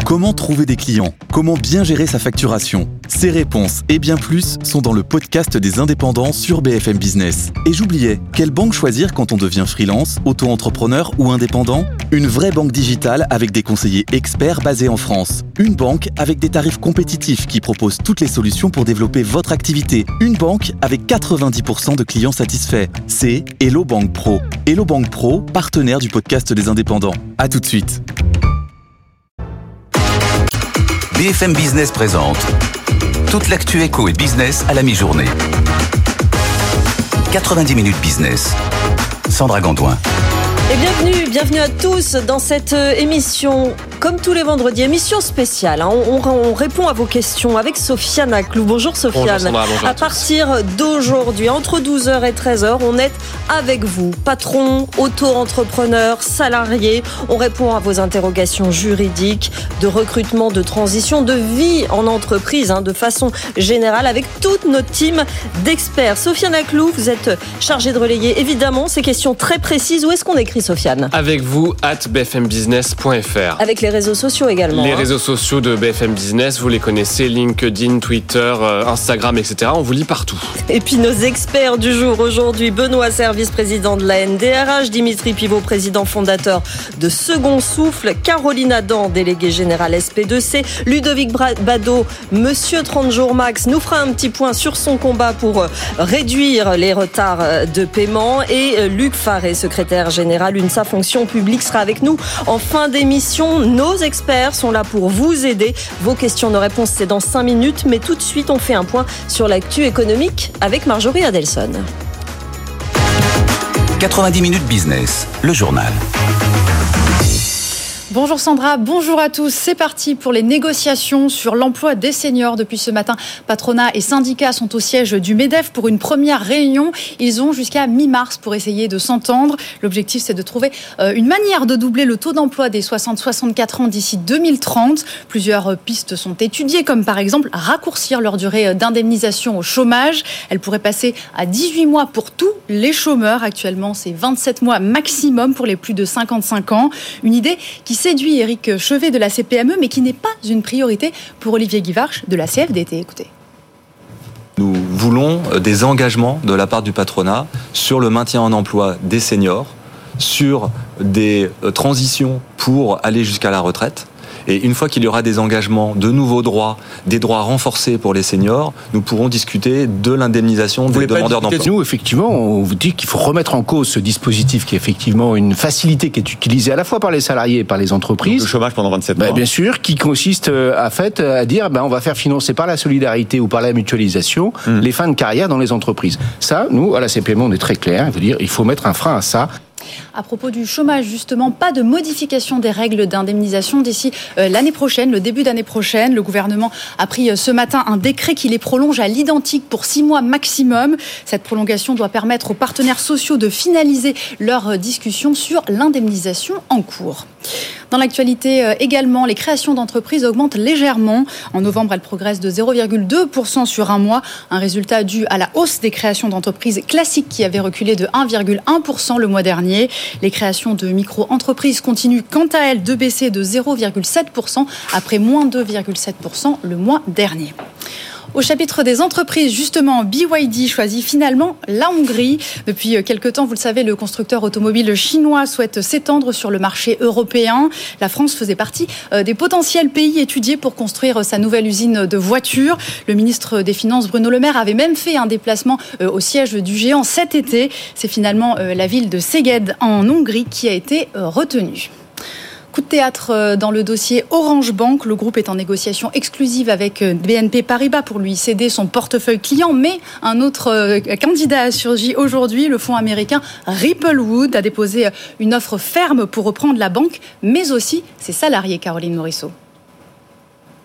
Comment trouver des clients ? Comment bien gérer sa facturation ? Ces réponses et bien plus sont dans le podcast des indépendants sur BFM Business. Et j'oubliais, quelle banque choisir quand on devient freelance, auto-entrepreneur ou indépendant ? Une vraie banque digitale avec des conseillers experts basés en France. Une banque avec des tarifs compétitifs qui propose toutes les solutions pour développer votre activité. Une banque avec 90% de clients satisfaits. C'est Hello Bank Pro. Hello Bank Pro, partenaire du podcast des indépendants. À tout de suite. BFM Business présente toute l'actu éco et business à la mi-journée. 90 minutes business. Sandra Gandoin. Et bienvenue à tous dans cette émission, comme tous les vendredis, émission spéciale. On répond à vos questions avec Sofiane Aclou. Bonjour Sofiane. Bonjour Sandra, bonjour à partir d'aujourd'hui, entre 12h et 13h, on est avec vous, patrons, auto-entrepreneurs, salariés. On répond à vos interrogations juridiques, de recrutement, de transition, de vie en entreprise, de façon générale, avec toute notre team d'experts. Sofiane Aclou, vous êtes chargé de relayer évidemment ces questions très précises. Où est-ce qu'on écrit, Sofiane ? Avec vous, @bfmbusiness.fr. Avec les réseaux sociaux également. Les réseaux sociaux de BFM Business, vous les connaissez, LinkedIn, Twitter, Instagram, etc. On vous lit partout. Et puis nos experts du jour aujourd'hui, Benoît Service, président de la NDRH, Dimitri Pivot, président fondateur de Second Souffle, Caroline Adam, déléguée générale SP2C, Ludovic Bado, Monsieur 30 jours max, nous fera un petit point sur son combat pour réduire les retards de paiement, et Luc Faré, secrétaire général UNSA Fonction Publique, sera avec nous en fin d'émission. Nos experts sont là pour vous aider. Vos questions, nos réponses, c'est dans 5 minutes. Mais tout de suite, on fait un point sur l'actu économique avec Marjorie Adelson. 90 minutes business, le journal. Bonjour Sandra, bonjour à tous. C'est parti pour les négociations sur l'emploi des seniors. Depuis ce matin, patronat et syndicats sont au siège du MEDEF pour une première réunion. Ils ont jusqu'à mi-mars pour essayer de s'entendre. L'objectif, c'est de trouver une manière de doubler le taux d'emploi des 60-64 ans d'ici 2030. Plusieurs pistes sont étudiées, comme par exemple raccourcir leur durée d'indemnisation au chômage. Elle pourrait passer à 18 mois pour tous les chômeurs. Actuellement, c'est 27 mois maximum pour les plus de 55 ans. Une idée qui séduit Éric Chevet de la CPME, mais qui n'est pas une priorité pour Olivier Guivarch de la CFDT. Écoutez. Nous voulons des engagements de la part du patronat sur le maintien en emploi des seniors, sur des transitions pour aller jusqu'à la retraite. Et une fois qu'il y aura des engagements, de nouveaux droits, des droits renforcés pour les seniors, nous pourrons discuter de l'indemnisation des demandeurs d'emploi. Nous, effectivement, on vous dit qu'il faut remettre en cause ce dispositif qui est effectivement une facilité qui est utilisée à la fois par les salariés et par les entreprises. Donc, le chômage pendant 27 mois. Bien sûr, qui consiste à dire on va faire financer par la solidarité ou par la mutualisation les fins de carrière dans les entreprises. Ça, nous, à la CPME, on est très clair. Il faut dire il faut mettre un frein à ça. À propos du chômage, justement, pas de modification des règles d'indemnisation d'ici l'année prochaine, le début d'année prochaine. Le gouvernement a pris ce matin un décret qui les prolonge à l'identique pour 6 mois maximum. Cette prolongation doit permettre aux partenaires sociaux de finaliser leurs discussions sur l'indemnisation en cours. Dans l'actualité également, les créations d'entreprises augmentent légèrement. En novembre, elles progressent de 0,2% sur un mois. Un résultat dû à la hausse des créations d'entreprises classiques qui avait reculé de 1,1% le mois dernier. Les créations de micro-entreprises continuent quant à elles de baisser de 0,7% après moins 2,7% le mois dernier. Au chapitre des entreprises, justement, BYD choisit finalement la Hongrie. Depuis quelque temps, vous le savez, le constructeur automobile chinois souhaite s'étendre sur le marché européen. La France faisait partie des potentiels pays étudiés pour construire sa nouvelle usine de voitures. Le ministre des Finances, Bruno Le Maire, avait même fait un déplacement au siège du géant cet été. C'est finalement la ville de Szeged en Hongrie qui a été retenue. Coup de théâtre dans le dossier Orange Bank. Le groupe est en négociation exclusive avec BNP Paribas pour lui céder son portefeuille client. Mais un autre candidat a surgi aujourd'hui. Le fonds américain Ripplewood a déposé une offre ferme pour reprendre la banque, mais aussi ses salariés, Caroline Morisseau.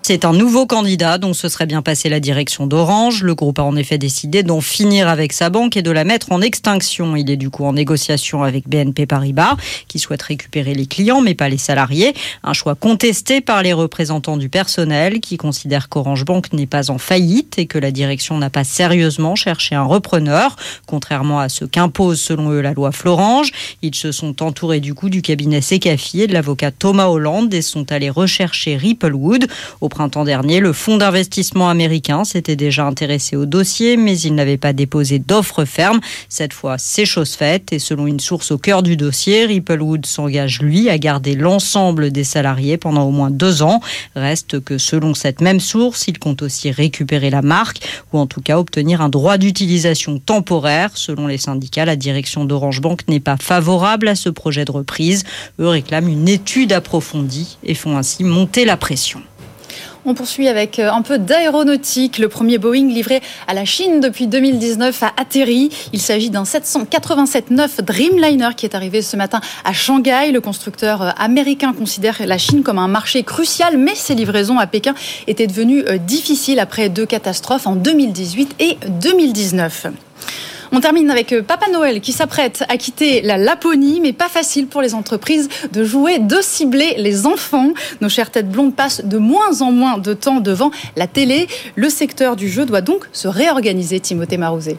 C'est un nouveau candidat dont se serait bien passé la direction d'Orange. Le groupe a en effet décidé d'en finir avec sa banque et de la mettre en extinction. Il est du coup en négociation avec BNP Paribas, qui souhaite récupérer les clients mais pas les salariés. Un choix contesté par les représentants du personnel qui considèrent qu'Orange Bank n'est pas en faillite et que la direction n'a pas sérieusement cherché un repreneur, contrairement à ce qu'impose selon eux la loi Florange. Ils se sont entourés du coup du cabinet Secafi et de l'avocat Thomas Holland et sont allés rechercher Ripplewood. Au printemps dernier, le fonds d'investissement américain s'était déjà intéressé au dossier, mais il n'avait pas déposé d'offre ferme. Cette fois, c'est chose faite et selon une source au cœur du dossier, Ripplewood s'engage, lui, à garder l'ensemble des salariés pendant au moins 2 ans. Reste que selon cette même source, il compte aussi récupérer la marque ou en tout cas obtenir un droit d'utilisation temporaire. Selon les syndicats, la direction d'Orange Bank n'est pas favorable à ce projet de reprise. Eux réclament une étude approfondie et font ainsi monter la pression. On poursuit avec un peu d'aéronautique. Le premier Boeing livré à la Chine depuis 2019 a atterri. Il s'agit d'un 787-9 Dreamliner qui est arrivé ce matin à Shanghai. Le constructeur américain considère la Chine comme un marché crucial, mais ses livraisons à Pékin étaient devenues difficiles après 2 catastrophes en 2018 et 2019. On termine avec Papa Noël qui s'apprête à quitter la Laponie, mais pas facile pour les entreprises de cibler les enfants. Nos chères têtes blondes passent de moins en moins de temps devant la télé. Le secteur du jeu doit donc se réorganiser, Timothée Marouzet.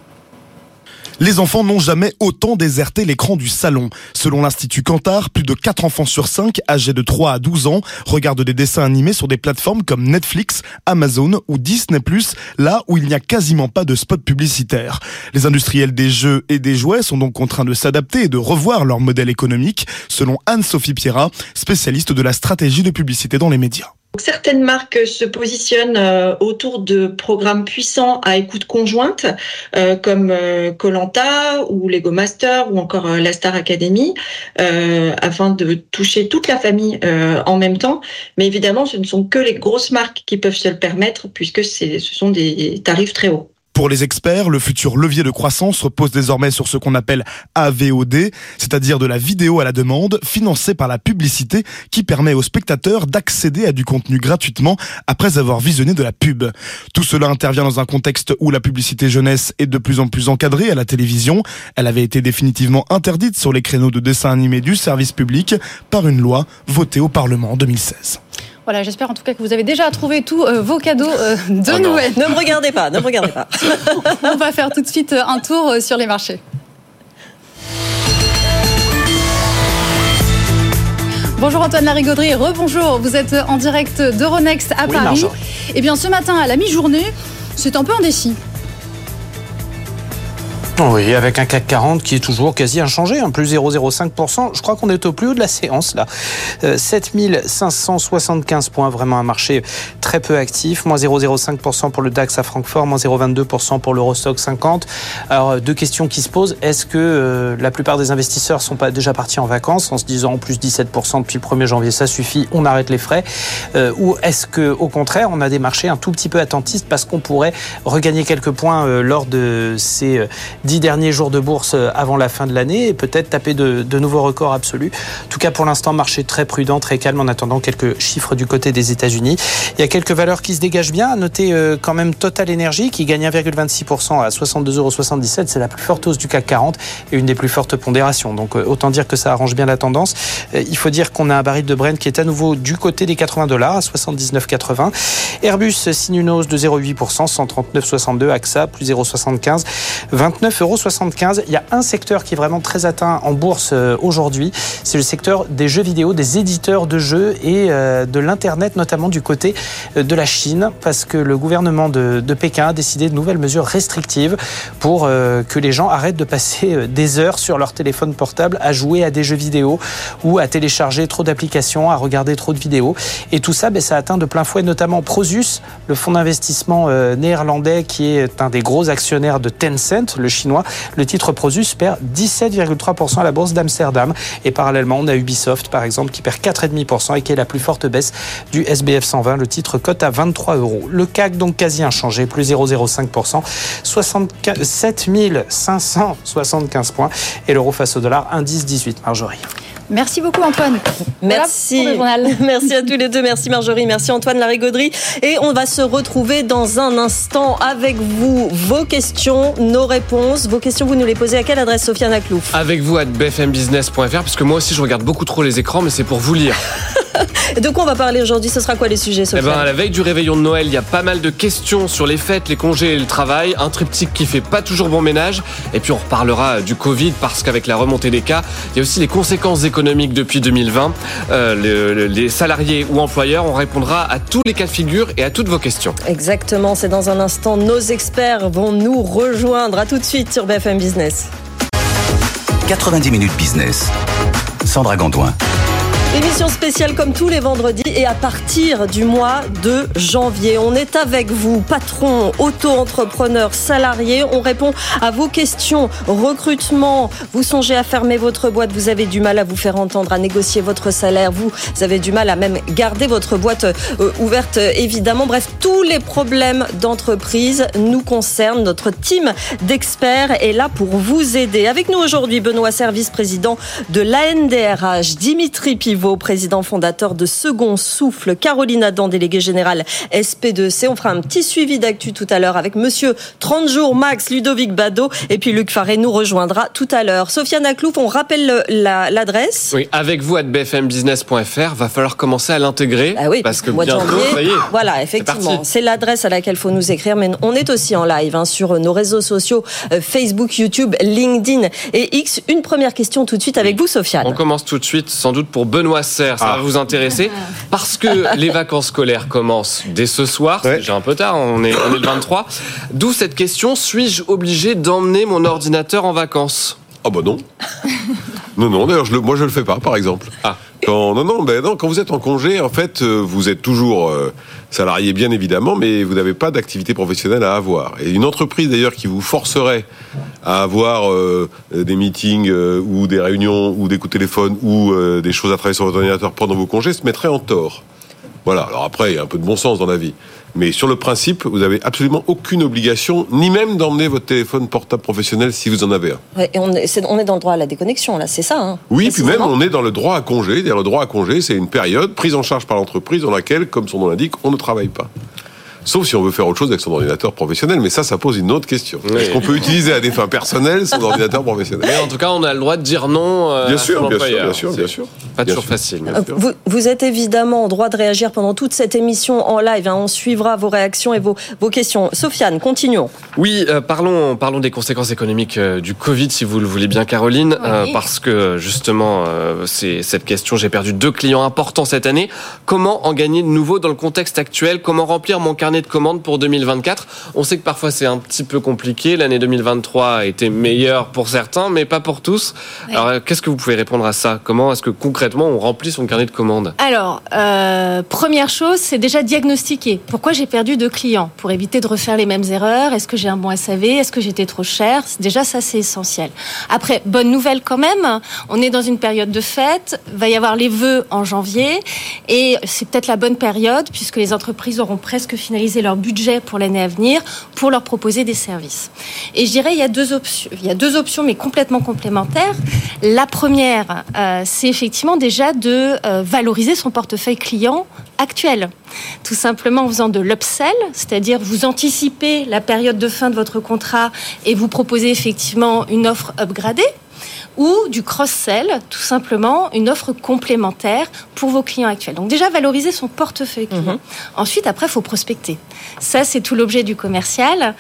Les enfants n'ont jamais autant déserté l'écran du salon. Selon l'Institut Kantar, plus de 4 enfants sur 5 âgés de 3 à 12 ans regardent des dessins animés sur des plateformes comme Netflix, Amazon ou Disney+, là où il n'y a quasiment pas de spots publicitaires. Les industriels des jeux et des jouets sont donc contraints de s'adapter et de revoir leur modèle économique, selon Anne-Sophie Pierrat, spécialiste de la stratégie de publicité dans les médias. Certaines marques se positionnent autour de programmes puissants à écoute conjointe, comme Koh-Lanta ou Lego Master ou encore la Star Academy, afin de toucher toute la famille en même temps. Mais évidemment, ce ne sont que les grosses marques qui peuvent se le permettre, puisque ce sont des tarifs très hauts. Pour les experts, le futur levier de croissance repose désormais sur ce qu'on appelle AVOD, c'est-à-dire de la vidéo à la demande, financée par la publicité, qui permet aux spectateurs d'accéder à du contenu gratuitement après avoir visionné de la pub. Tout cela intervient dans un contexte où la publicité jeunesse est de plus en plus encadrée à la télévision. Elle avait été définitivement interdite sur les créneaux de dessins animés du service public par une loi votée au Parlement en 2016. Voilà, j'espère en tout cas que vous avez déjà trouvé tous vos cadeaux de Noël. Ne me regardez pas. On va faire tout de suite un tour sur les marchés. Bonjour Antoine Larigauderie, rebonjour. Vous êtes en direct d'Euronext à Paris. Marjorie. Eh bien, ce matin, à la mi-journée, c'est un peu indécis. Oui, avec un CAC 40 qui est toujours quasi inchangé, plus 0,05%. Je crois qu'on est au plus haut de la séance, là. 7575 points, vraiment un marché très peu actif. Moins 0,05% pour le DAX à Francfort, moins 0,22% pour l'Eurostock 50. Alors, 2 questions qui se posent. Est-ce que la plupart des investisseurs sont pas déjà partis en vacances en se disant plus 17% depuis le 1er janvier, ça suffit, on arrête les frais? Ou est-ce que, au contraire, on a des marchés un tout petit peu attentistes parce qu'on pourrait regagner quelques points lors de ces 10 derniers jours de bourse avant la fin de l'année et peut-être taper de nouveaux records absolus. En tout cas, pour l'instant, marché très prudent, très calme en attendant quelques chiffres du côté des États-Unis. Il y a quelques valeurs qui se dégagent bien. À noter quand même Total Energy qui gagne 1,26% à 62,77 €. C'est la plus forte hausse du CAC 40 et une des plus fortes pondérations. Donc autant dire que ça arrange bien la tendance. Il faut dire qu'on a un baril de Brent qui est à nouveau du côté des $80 à 79,80. Airbus signe une hausse de 0,8%, 139,62. AXA plus 0,75, 29,75 €. Il y a un secteur qui est vraiment très atteint en bourse aujourd'hui, c'est le secteur des jeux vidéo, des éditeurs de jeux et de l'internet, notamment du côté de la Chine, parce que le gouvernement de Pékin a décidé de nouvelles mesures restrictives pour que les gens arrêtent de passer des heures sur leur téléphone portable à jouer à des jeux vidéo ou à télécharger trop d'applications, à regarder trop de vidéos. Et tout ça, ça atteint de plein fouet notamment Prosus, le fonds d'investissement néerlandais qui est un des gros actionnaires de Tencent, le chinois. Le titre Prosus perd 17,3% à la bourse d'Amsterdam. Et parallèlement, on a Ubisoft, par exemple, qui perd 4,5% et qui est la plus forte baisse du SBF 120. Le titre cote à 23 €. Le CAC, donc quasi inchangé, plus 0,05%, 67 575 points. Et l'euro face au dollar, indice 18. Marjorie. Merci beaucoup Antoine. Merci. Voilà merci à tous les deux. Merci Marjorie, merci Antoine Larigauderie. Et on va se retrouver dans un instant avec vous. Vos questions, nos réponses. Vos questions, vous nous les posez à quelle adresse, Sofiane Aklouf ? Avec vous à bfmbusiness.fr, puisque moi aussi je regarde beaucoup trop les écrans, mais c'est pour vous lire. De quoi on va parler aujourd'hui ? Ce sera quoi les sujets, Sofiane ? À la veille du réveillon de Noël, il y a pas mal de questions sur les fêtes, les congés et le travail. Un triptyque qui fait pas toujours bon ménage. Et puis on reparlera du Covid, parce qu'avec la remontée des cas, il y a aussi les conséquences économiques depuis 2020. Les salariés ou employeurs, on répondra à tous les cas de figure et à toutes vos questions. Exactement, c'est dans un instant. Nos experts vont nous rejoindre. À tout de suite sur BFM Business. 90 minutes business. Sandra Gandoin. Émission spéciale comme tous les vendredis et à partir du mois de janvier. On est avec vous, patrons, auto-entrepreneurs, salariés. On répond à vos questions. Recrutement, vous songez à fermer votre boîte, vous avez du mal à vous faire entendre, à négocier votre salaire, vous avez du mal à même garder votre boîte ouverte, évidemment. Bref, tous les problèmes d'entreprise nous concernent. Notre team d'experts est là pour vous aider. Avec nous aujourd'hui, Benoît Servis, président de l'ANDRH, Dimitri Pivot, président fondateur de Second Souffle, Caroline Adam, déléguée générale SP2C. On fera un petit suivi d'actu tout à l'heure avec monsieur 30 jours max, Ludovic Bado, et puis Luc Faré nous rejoindra tout à l'heure. Sofiane Aklouf, on rappelle l'adresse. Oui, avec vous à bfmbusiness.fr, va falloir commencer à l'intégrer. Ah oui, parce que mois de bientôt, janvier, ça y est. Voilà, effectivement, c'est l'adresse à laquelle il faut nous écrire, mais on est aussi en live sur nos réseaux sociaux, Facebook, YouTube, LinkedIn et X. Une première question tout de suite avec vous, Sofiane. On commence tout de suite, sans doute pour Benoît Serre, ça va vous intéresser, parce que les vacances scolaires commencent dès ce soir, c'est déjà un peu tard, on est le 23. D'où cette question, suis-je obligé d'emmener mon ordinateur en vacances ? Ah bah non. Non, d'ailleurs, moi je le fais pas, par exemple. Quand vous êtes en congé, en fait, vous êtes toujours salarié, bien évidemment, mais vous n'avez pas d'activité professionnelle à avoir. Et une entreprise, d'ailleurs, qui vous forcerait à avoir des meetings ou des réunions ou des coups de téléphone ou des choses à travailler sur votre ordinateur pendant vos congés, se mettrait en tort. Voilà. Alors après, il y a un peu de bon sens dans la vie. Mais sur le principe, vous n'avez absolument aucune obligation, ni même d'emmener votre téléphone portable professionnel si vous en avez un. Ouais, et on est dans le droit à la déconnexion, là, c'est ça Oui, puis même on est dans le droit à congé. C'est-à-dire le droit à congé, c'est une période prise en charge par l'entreprise dans laquelle, comme son nom l'indique, on ne travaille pas. Sauf si on veut faire autre chose avec son ordinateur professionnel, mais ça pose une autre question. Oui. Est-ce qu'on peut utiliser à des fins personnelles son ordinateur professionnel ? Mais en tout cas, on a le droit de dire non à son employeur. Bien sûr. Pas toujours facile. Vous êtes évidemment en droit de réagir pendant toute cette émission en live. On suivra vos réactions et vos questions. Sofiane, continuons. Oui, parlons des conséquences économiques du Covid, si vous le voulez bien, Caroline. Oui. Parce que, justement, c'est cette question. J'ai perdu 2 clients importants cette année. Comment en gagner de nouveau dans le contexte actuel ? Comment remplir mon carnet de commandes pour 2024 ? On sait que parfois c'est un petit peu compliqué. L'année 2023 a été meilleure pour certains, mais pas pour tous. Oui. Alors, qu'est-ce que vous pouvez répondre à ça ? Comment est-ce que concrètement on remplit son carnet de commandes ? Alors, première chose, c'est déjà diagnostiquer. Pourquoi j'ai perdu 2 clients ? Pour éviter de refaire les mêmes erreurs. Est-ce que j'ai un bon SAV ? Est-ce que j'étais trop cher ? Déjà, ça, c'est essentiel. Après, bonne nouvelle quand même. On est dans une période de fête. Il va y avoir les vœux en janvier. Et c'est peut-être la bonne période puisque les entreprises auront presque finalisé leur budget pour l'année à venir pour leur proposer des services. Et je dirais, il y a 2 options. Il y a 2 options, mais complètement complémentaires. La première, c'est effectivement déjà de valoriser son portefeuille client actuel. Tout simplement en faisant de l'upsell, c'est-à-dire vous anticipez la période de fin de votre contrat et vous proposez effectivement une offre upgradée, ou du cross-sell, tout simplement une offre complémentaire pour vos clients actuels. Donc déjà, valoriser son portefeuille client. Ensuite, après, il faut prospecter. Ça, c'est tout l'objet du commercial.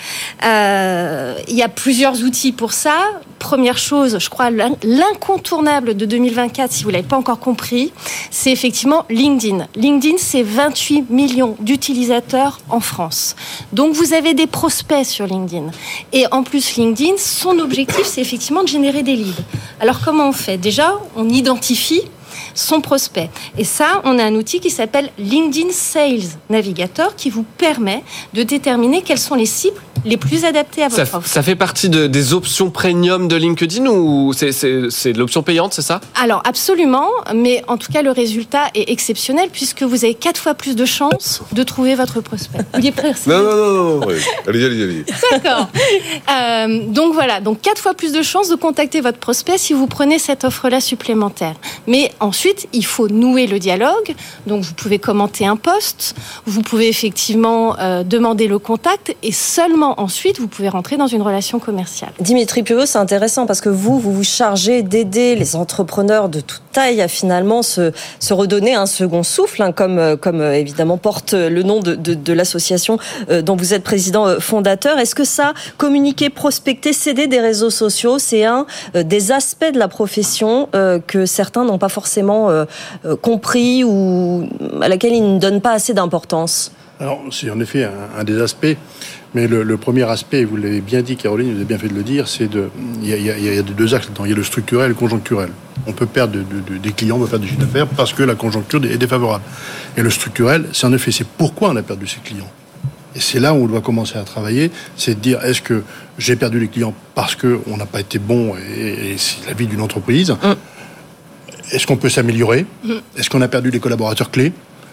Il y a plusieurs outils pour ça. Première chose, je crois, l'incontournable de 2024, si vous ne l'avez pas encore compris, c'est effectivement LinkedIn. LinkedIn, c'est 28 millions d'utilisateurs en France. Donc, vous avez des prospects sur LinkedIn. Et en plus, LinkedIn, son objectif, c'est effectivement de générer des leads. Alors, comment on fait ? Déjà, on identifie son prospect. Et ça, on a un outil qui s'appelle LinkedIn Sales Navigator qui vous permet de déterminer quelles sont les cibles les plus adaptées à votre offre. Ça fait partie des options premium de LinkedIn ou c'est de l'option payante, c'est ça ? Alors absolument, mais en tout cas le résultat est exceptionnel puisque vous avez 4 fois plus de chances de trouver votre prospect. Il est prêt ? Non. Oui. Allez. D'accord. Donc voilà, 4 fois plus de chances de contacter votre prospect si vous prenez cette offre-là supplémentaire. Mais ensuite, il faut nouer le dialogue. Donc vous pouvez commenter un post, vous pouvez effectivement demander le contact et seulement ensuite vous pouvez rentrer dans une relation commerciale. Dimitri Pivot, c'est intéressant parce que vous vous chargez d'aider les entrepreneurs de toute taille à finalement se redonner un second souffle, comme évidemment porte le nom de l'association dont vous êtes président fondateur. Est-ce que ça, communiquer, prospecter, céder des réseaux sociaux, c'est un des aspects de la profession que certains n'ont pas forcément compris ou à laquelle ils ne donnent pas assez d'importance ? Alors, c'est en effet un des aspects, mais le premier aspect, vous l'avez bien dit, Caroline, vous avez bien fait de le dire, il y a deux axes là-dedans. Il y a le structurel et le conjoncturel. On peut perdre des clients, on peut perdre du chiffre d'affaires parce que la conjoncture est défavorable. Et le structurel, c'est pourquoi on a perdu ces clients. Et c'est là où on doit commencer à travailler, c'est de dire, est-ce que j'ai perdu les clients parce qu'on n'a pas été bon et c'est la vie d'une entreprise ? Est-ce qu'on peut s'améliorer ? Est-ce qu'on a perdu les collaborateurs clés ?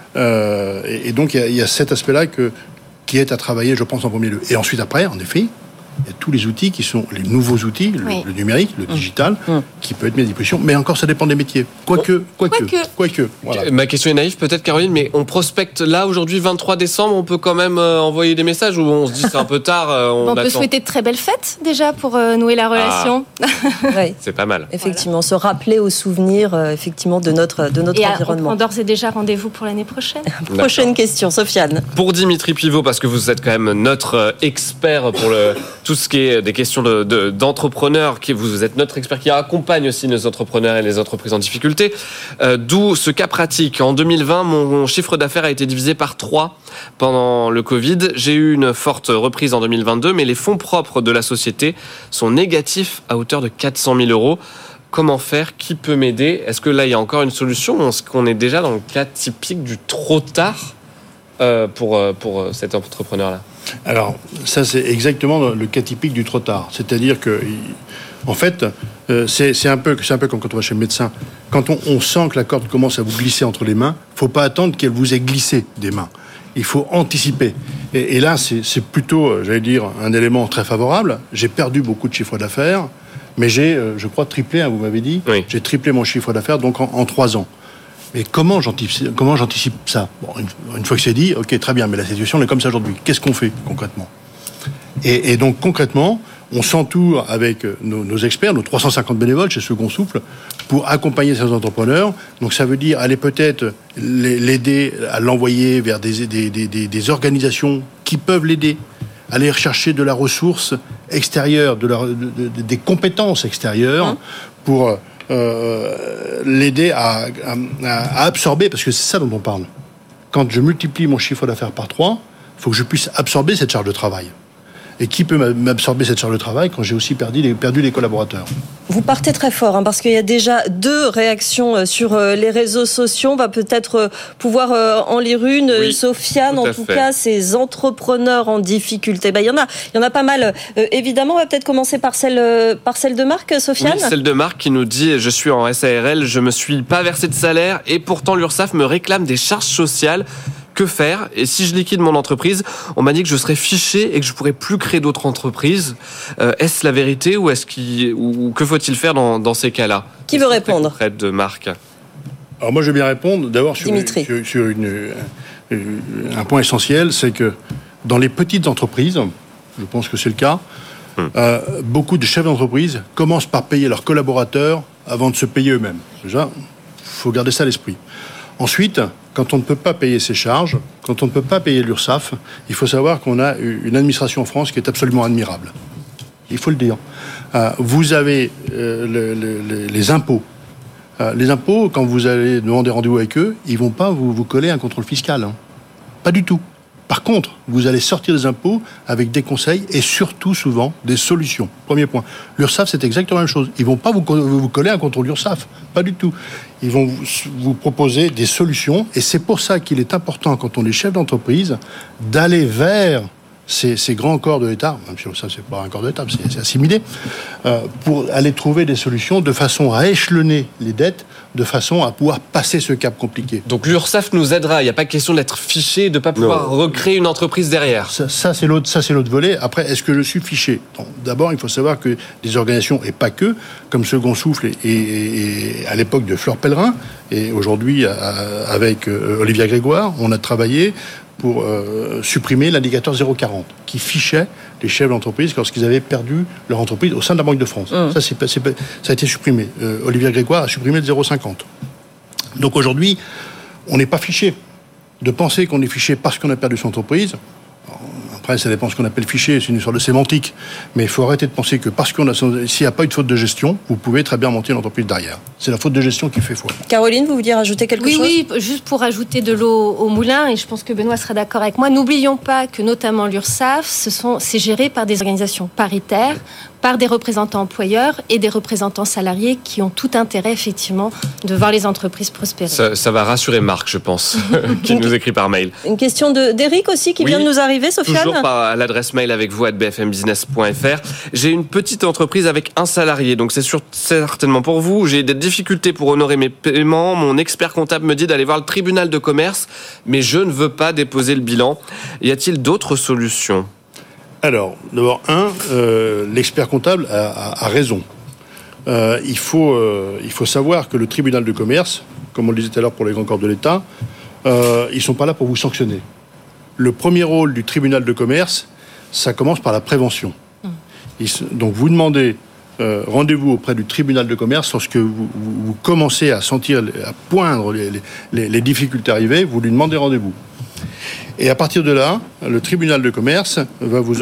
Et donc, il y a cet aspect-là qui est à travailler, je pense, en premier lieu. Et ensuite, après, en effet, il y a tous les outils qui sont les nouveaux outils, le numérique, le digital, qui peut être mis à disposition. Mais encore, ça dépend des métiers. Quoique. Voilà. Ma question est naïve, peut-être, Caroline, mais on prospecte là, aujourd'hui, 23 décembre, on peut quand même envoyer des messages ou on se dit c'est un peu tard, on peut souhaiter de très belles fêtes, déjà, pour nouer la relation. Ouais. C'est pas mal. Effectivement, se rappeler aux souvenirs, effectivement, de notre environnement. On d'ores et déjà rendez-vous pour l'année prochaine. Prochaine question, Sofiane. Pour Dimitri Pivot, parce que vous êtes quand même notre expert pour tout ce qui est des questions d'entrepreneurs, vous êtes notre expert qui accompagne aussi nos entrepreneurs et les entreprises en difficulté. D'où ce cas pratique. En 2020, mon chiffre d'affaires a été divisé par 3 pendant le Covid. J'ai eu une forte reprise en 2022, mais les fonds propres de la société sont négatifs à hauteur de 400 000 euros. Comment faire ? Qui peut m'aider ? Est-ce que là, il y a encore une solution ou est-ce qu'on est déjà dans le cas typique du trop tard pour cet entrepreneur-là ? Alors, ça, c'est exactement le cas typique du trop tard. C'est-à-dire que, en fait, c'est un peu comme quand on va chez le médecin. Quand on sent que la corde commence à vous glisser entre les mains, il ne faut pas attendre qu'elle vous ait glissé des mains. Il faut anticiper. Et là, c'est plutôt, j'allais dire, un élément très favorable. J'ai perdu beaucoup de chiffre d'affaires, mais j'ai, je crois, triplé, vous m'avez dit. Oui. J'ai triplé mon chiffre d'affaires, donc en 3 ans. Mais comment j'anticipe ça ? Bon, une fois que c'est dit, ok, très bien, mais la situation est comme ça aujourd'hui. Qu'est-ce qu'on fait concrètement ? Et donc concrètement, on s'entoure avec nos experts, nos 350 bénévoles chez Second Souffle, pour accompagner ces entrepreneurs. Donc ça veut dire aller peut-être l'aider à l'envoyer vers des organisations qui peuvent l'aider, aller rechercher de la ressource extérieure, des compétences extérieures pour l'aider à absorber, parce que c'est ça dont on parle. Quand je multiplie mon chiffre d'affaires par 3, il faut que je puisse absorber cette charge de travail. Et qui peut m'absorber cette charge de travail quand j'ai aussi perdu les collaborateurs ? Vous partez très fort, parce qu'il y a déjà 2 réactions sur les réseaux sociaux. On va peut-être pouvoir en lire une. Oui, Sofiane, en tout cas, ces entrepreneurs en difficulté. Il y en a pas mal. Évidemment, on va peut-être commencer par celle de Marc, Sofiane. Oui, celle de Marc qui nous dit « Je suis en SARL, je me suis pas versé de salaire et pourtant l'URSSAF me réclame des charges sociales. Que faire ? Et si je liquide mon entreprise, on m'a dit que je serais fiché et que je pourrais plus créer d'autres entreprises. Est-ce la vérité ou que faut-il faire dans ces cas-là ? Qui veut répondre ? Prête de Marc. Alors moi, je vais bien répondre. D'abord sur un point essentiel, c'est que dans les petites entreprises, je pense que c'est le cas, beaucoup de chefs d'entreprise commencent par payer leurs collaborateurs avant de se payer eux-mêmes. Déjà, il faut garder ça à l'esprit. Ensuite, quand on ne peut pas payer ses charges, quand on ne peut pas payer l'URSSAF, il faut savoir qu'on a une administration en France qui est absolument admirable. Il faut le dire. Vous avez les impôts. Les impôts, quand vous allez demander rendez-vous avec eux, ils ne vont pas vous coller un contrôle fiscal. Pas du tout. Par contre, vous allez sortir des impôts avec des conseils et surtout souvent des solutions. Premier point. L'URSSAF, c'est exactement la même chose. Ils vont pas vous coller un contrôle URSSAF, pas du tout. Ils vont vous proposer des solutions et c'est pour ça qu'il est important, quand on est chef d'entreprise, d'aller vers ces grands corps de l'État, même si ça c'est pas un corps de l'État, c'est assimilé, pour aller trouver des solutions de façon à échelonner les dettes, de façon à pouvoir passer ce cap compliqué. Donc l'URSSAF nous aidera, il n'y a pas question d'être fiché, de ne pas pouvoir recréer une entreprise derrière. Ça c'est l'autre volet. Après, est-ce que je suis fiché ? D'abord, il faut savoir que des organisations, et pas que, comme Second Souffle et à l'époque de Fleur Pellerin, et aujourd'hui avec Olivia Grégoire, on a travaillé pour supprimer l'indicateur 0,40 qui fichait les chefs d'entreprise lorsqu'ils avaient perdu leur entreprise au sein de la Banque de France. Ça a été supprimé. Olivier Grégoire a supprimé le 0,50. Donc aujourd'hui, on n'est pas fiché. De penser qu'on est fiché parce qu'on a perdu son entreprise, après ça dépend de ce qu'on appelle fiché, c'est une histoire de sémantique, mais il faut arrêter de penser que parce s'il n'y a pas eu de faute de gestion, vous pouvez très bien monter une entreprise derrière. C'est la faute de gestion qui fait foi. Caroline, vous vouliez rajouter quelque chose ? Oui, juste pour ajouter de l'eau au moulin, et je pense que Benoît sera d'accord avec moi, n'oublions pas que notamment l'URSSAF, c'est géré par des organisations paritaires, par des représentants employeurs et des représentants salariés qui ont tout intérêt, effectivement, de voir les entreprises prospérer. Ça va rassurer Marc, je pense, qui nous écrit par mail. Une question d'Éric aussi, qui vient de nous arriver, Sofiane. Toujours par l'adresse mail avec vous, @bfmbusiness.fr. J'ai une petite entreprise avec un salarié, donc c'est certainement pour vous. J'ai des difficultés pour honorer mes paiements. Mon expert comptable me dit d'aller voir le tribunal de commerce, mais je ne veux pas déposer le bilan. Y a-t-il d'autres solutions ? Alors, d'abord, l'expert comptable a raison. Il faut savoir que le tribunal de commerce, comme on le disait tout à l'heure pour les grands corps de l'État, ils ne sont pas là pour vous sanctionner. Le premier rôle du tribunal de commerce, ça commence par la prévention. Donc vous demandez rendez-vous auprès du tribunal de commerce lorsque vous commencez à sentir, à poindre les difficultés arriver, vous lui demandez rendez-vous. Et à partir de là, le tribunal de commerce va vous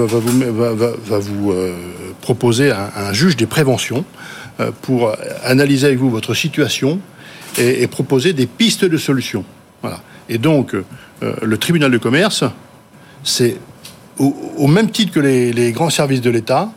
proposer un juge des préventions pour analyser avec vous votre situation et proposer des pistes de solutions. Voilà. Et donc, le tribunal de commerce, c'est au même titre que les grands services de l'État,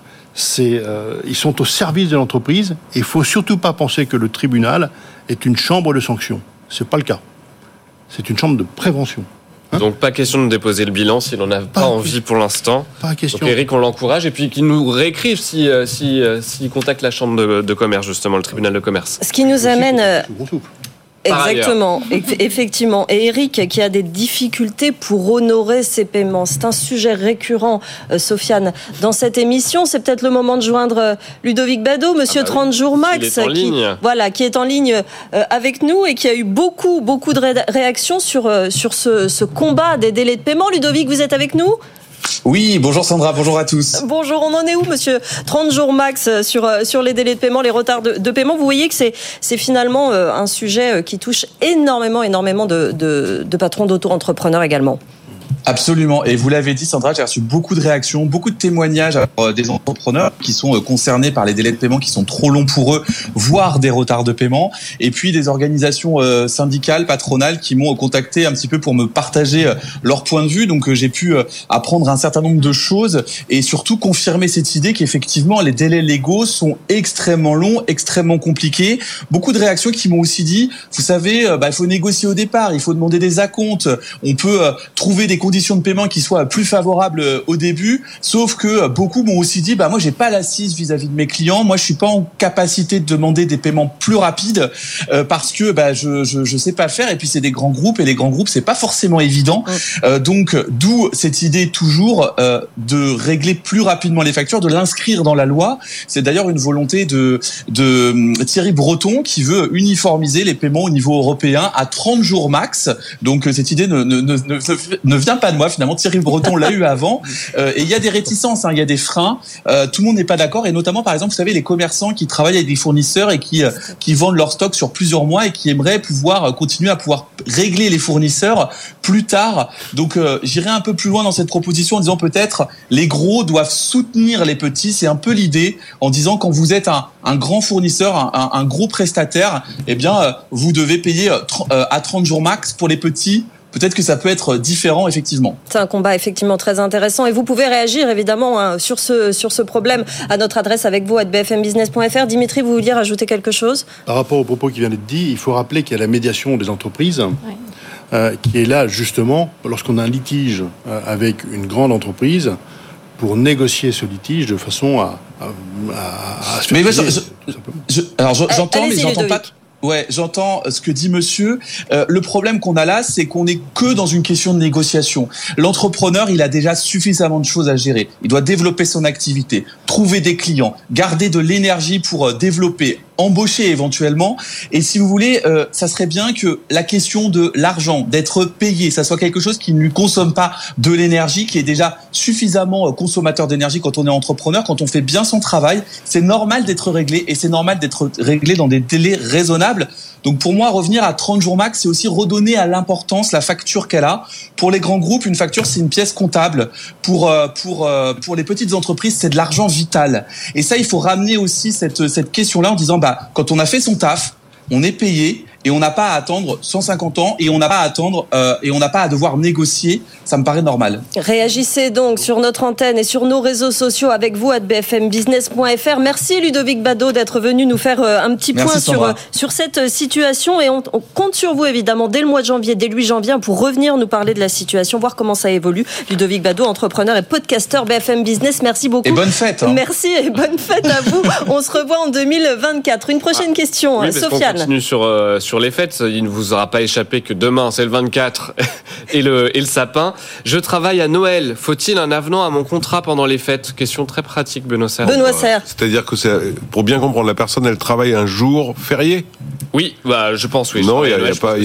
ils sont au service de l'entreprise. Et il ne faut surtout pas penser que le tribunal est une chambre de sanction. Ce n'est pas le cas. C'est une chambre de prévention. Donc pas question de déposer le bilan si l'on n'a pas envie pour l'instant. Pas question. Donc Eric, on l'encourage et puis qu'il nous réécrive s'il contacte la chambre de commerce, justement, le tribunal de commerce. Ce qui nous amène... Exactement, effectivement. Et Eric, qui a des difficultés pour honorer ses paiements, c'est un sujet récurrent, Sofiane, dans cette émission. C'est peut-être le moment de joindre Ludovic Bado, Monsieur 30 jours max, qui est en ligne avec nous et qui a eu beaucoup de réactions sur ce combat des délais de paiement. Ludovic, vous êtes avec nous ? Oui, bonjour Sandra, bonjour à tous. Bonjour, on en est où, monsieur ? 30 jours max sur les délais de paiement, les retards de paiement. Vous voyez que c'est finalement un sujet qui touche énormément de patrons d'auto-entrepreneurs également. Absolument. Et vous l'avez dit, Sandra, j'ai reçu beaucoup de réactions, beaucoup de témoignages des entrepreneurs qui sont concernés par les délais de paiement qui sont trop longs pour eux, voire des retards de paiement. Et puis des organisations syndicales, patronales qui m'ont contacté un petit peu pour me partager leur point de vue. Donc j'ai pu apprendre un certain nombre de choses et surtout confirmer cette idée qu'effectivement les délais légaux sont extrêmement longs, extrêmement compliqués. Beaucoup de réactions qui m'ont aussi dit, vous savez, il faut négocier au départ, il faut demander des acomptes, on peut trouver des conditions de paiement qui soient plus favorables au début, sauf que beaucoup m'ont aussi dit moi j'ai pas l'assise vis-à-vis de mes clients, moi je suis pas en capacité de demander des paiements plus rapides parce que je sais pas faire, et puis c'est des grands groupes et les grands groupes c'est pas forcément évident. Donc d'où cette idée toujours de régler plus rapidement les factures, de l'inscrire dans la loi. C'est d'ailleurs une volonté de Thierry Breton qui veut uniformiser les paiements au niveau européen à 30 jours max. Donc cette idée ne vient pas de moi, finalement. Thierry Breton l'a eu avant. Et il y a des réticences, il y a des freins. Tout le monde n'est pas d'accord. Et notamment, par exemple, vous savez, les commerçants qui travaillent avec des fournisseurs et qui vendent leur stock sur plusieurs mois et qui aimeraient continuer à pouvoir régler les fournisseurs plus tard. Donc, j'irai un peu plus loin dans cette proposition en disant peut-être les gros doivent soutenir les petits. C'est un peu l'idée en disant quand vous êtes un grand fournisseur, un gros prestataire, vous devez payer à 30 jours max. Pour les petits, peut-être que ça peut être différent, effectivement. C'est un combat effectivement très intéressant et vous pouvez réagir évidemment sur ce problème à notre adresse avec vous @bfmbusiness.fr. Dimitri, vous vouliez rajouter quelque chose ? Par rapport au propos qui vient d'être dit, il faut rappeler qu'il y a la médiation des entreprises qui est là justement lorsqu'on a un litige avec une grande entreprise pour négocier ce litige de façon à se faire j'entends, mais j'entends pas. Ouais, j'entends ce que dit monsieur. Le problème qu'on a là, c'est qu'on n'est que dans une question de négociation. L'entrepreneur, il a déjà suffisamment de choses à gérer. Il doit développer son activité, trouver des clients, garder de l'énergie pour développer, embaucher éventuellement. Et si vous voulez, ça serait bien que la question de l'argent, d'être payé, ça soit quelque chose qui ne lui consomme pas de l'énergie, qui est déjà suffisamment consommateur d'énergie quand on est entrepreneur, quand on fait bien son travail. C'est normal d'être réglé et c'est normal d'être réglé dans des délais raisonnables. Donc pour moi, revenir à 30 jours max, c'est aussi redonner à l'importance la facture qu'elle a. Pour les grands groupes, une facture, c'est une pièce comptable. Pour les petites entreprises, c'est de l'argent vital. Et ça, il faut ramener aussi cette question-là en disant, quand on a fait son taf, on est payé et on n'a pas à attendre 150 ans et on n'a pas à attendre et on n'a pas à devoir négocier. Ça me paraît normal. Réagissez donc sur notre antenne et sur nos réseaux sociaux avec vous @bfmbusiness.fr. Merci Ludovic Bado d'être venu nous faire un petit point sur cette situation et on compte sur vous évidemment dès le mois de janvier, dès le 8 janvier pour revenir nous parler de la situation, voir comment ça évolue. Ludovic Bado, entrepreneur et podcasteur BFM Business. Merci beaucoup. Et bonne fête. Merci et bonne fête à vous. On se revoit en 2024. Une prochaine question, oui, Sofiane. On continue sur les fêtes. Il ne vous aura pas échappé que demain c'est le 24 et le sapin. Je travaille à Noël. Faut-il un avenant à mon contrat pendant les fêtes ? Question très pratique, Benoît Serre. C'est-à-dire que pour bien comprendre, la personne, elle travaille un jour férié ? Oui, je pense, oui. Non, il n'y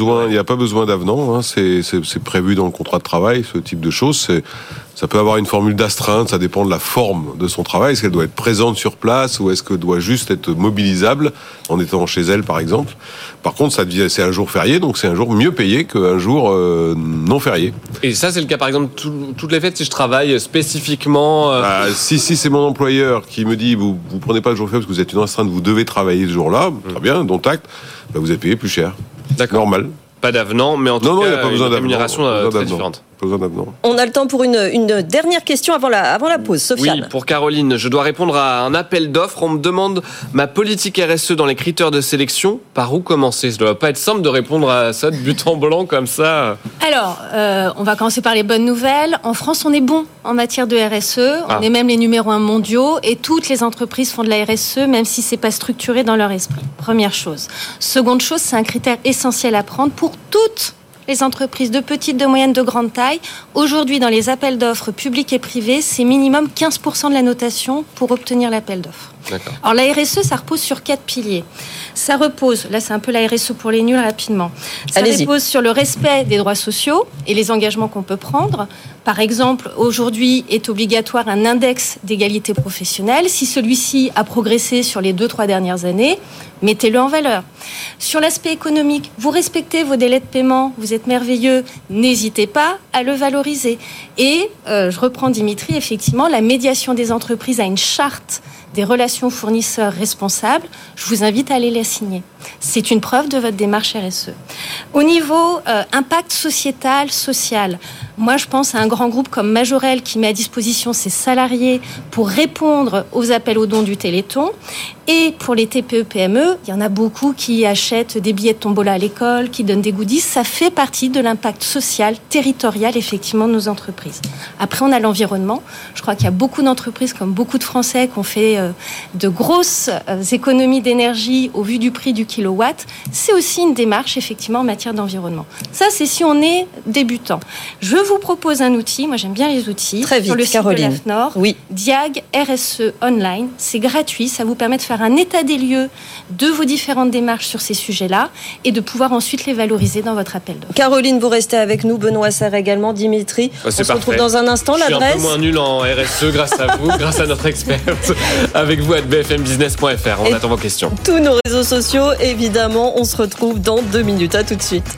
a pas besoin d'avenant. Hein. C'est prévu dans le contrat de travail, ce type de choses. Ça peut avoir une formule d'astreinte, ça dépend de la forme de son travail. Est-ce qu'elle doit être présente sur place ou est-ce qu'elle doit juste être mobilisable en étant chez elle, par exemple ? Par contre, c'est un jour férié, donc c'est un jour mieux payé qu'un jour non férié. Et ça, c'est le cas, par exemple, toutes les fêtes, si je travaille spécifiquement... Si c'est mon employeur qui me dit, vous prenez pas le jour férié parce que vous êtes une astreinte, vous devez travailler ce jour-là, très bien, dont acte, vous êtes payé plus cher. D'accord. Normal. Pas d'avenant, mais en tout cas, il n'y a pas besoin une rémunération très différente. On a le temps pour une dernière question avant la pause. Sofiane. Oui, pour Caroline, je dois répondre à un appel d'offres. On me demande ma politique RSE dans les critères de sélection. Par où commencer ? Ça ne doit pas être simple de répondre à ça de but en blanc comme ça. Alors, on va commencer par les bonnes nouvelles. En France, on est bon en matière de RSE. On est même les numéros 1 mondiaux et toutes les entreprises font de la RSE, même si c'est pas structuré dans leur esprit. Première chose. Seconde chose, c'est un critère essentiel à prendre pour toutes les entreprises de petite, de moyenne, de grande taille. Aujourd'hui, dans les appels d'offres publics et privés, c'est minimum 15% de la notation pour obtenir l'appel d'offres. D'accord. Alors la RSE, ça repose sur 4 piliers. Ça repose, là c'est un peu la RSE pour les nuls rapidement, ça repose sur le respect des droits sociaux et les engagements qu'on peut prendre. Par exemple, aujourd'hui est obligatoire un index d'égalité professionnelle. Si celui-ci a progressé sur les 2-3 dernières années, mettez-le en valeur. Sur l'aspect économique, vous respectez vos délais de paiement, vous êtes merveilleux, n'hésitez pas à le valoriser. Et, je reprends Dimitri, effectivement, la médiation des entreprises a une charte des relations fournisseurs responsables. Je vous invite à aller la signer. C'est une preuve de votre démarche RSE. Au niveau impact sociétal, social, moi je pense à un grand groupe comme Majorel qui met à disposition ses salariés pour répondre aux appels aux dons du Téléthon. Et pour les TPE-PME, il y en a beaucoup qui achètent des billets de tombola à l'école, qui donnent des goodies. Ça fait partie de l'impact social, territorial, effectivement, de nos entreprises. Après, on a l'environnement. Je crois qu'il y a beaucoup d'entreprises, comme beaucoup de Français, qui ont fait de grosses économies d'énergie au vu du prix du kilowatt. C'est aussi une démarche, effectivement, en matière d'environnement. Ça, c'est si on est débutant. Je vous propose un outil. Moi, j'aime bien les outils. Très vite, sur le site Caroline. de l'AFNOR. Oui. Diag RSE Online. C'est gratuit. Ça vous permet de faire un état des lieux de vos différentes démarches sur ces sujets-là et de pouvoir ensuite les valoriser dans votre appel d'offres. Caroline, vous restez avec nous. Benoît Serre également. Dimitri. On se retrouve dans un instant. Je suis L'adresse. un peu moins nul en RSE grâce à vous, grâce à notre experte. Avec vous à bfmbusiness.fr. On attend vos questions. Tous nos réseaux sociaux, évidemment. On se retrouve dans 2 minutes. À tout de suite.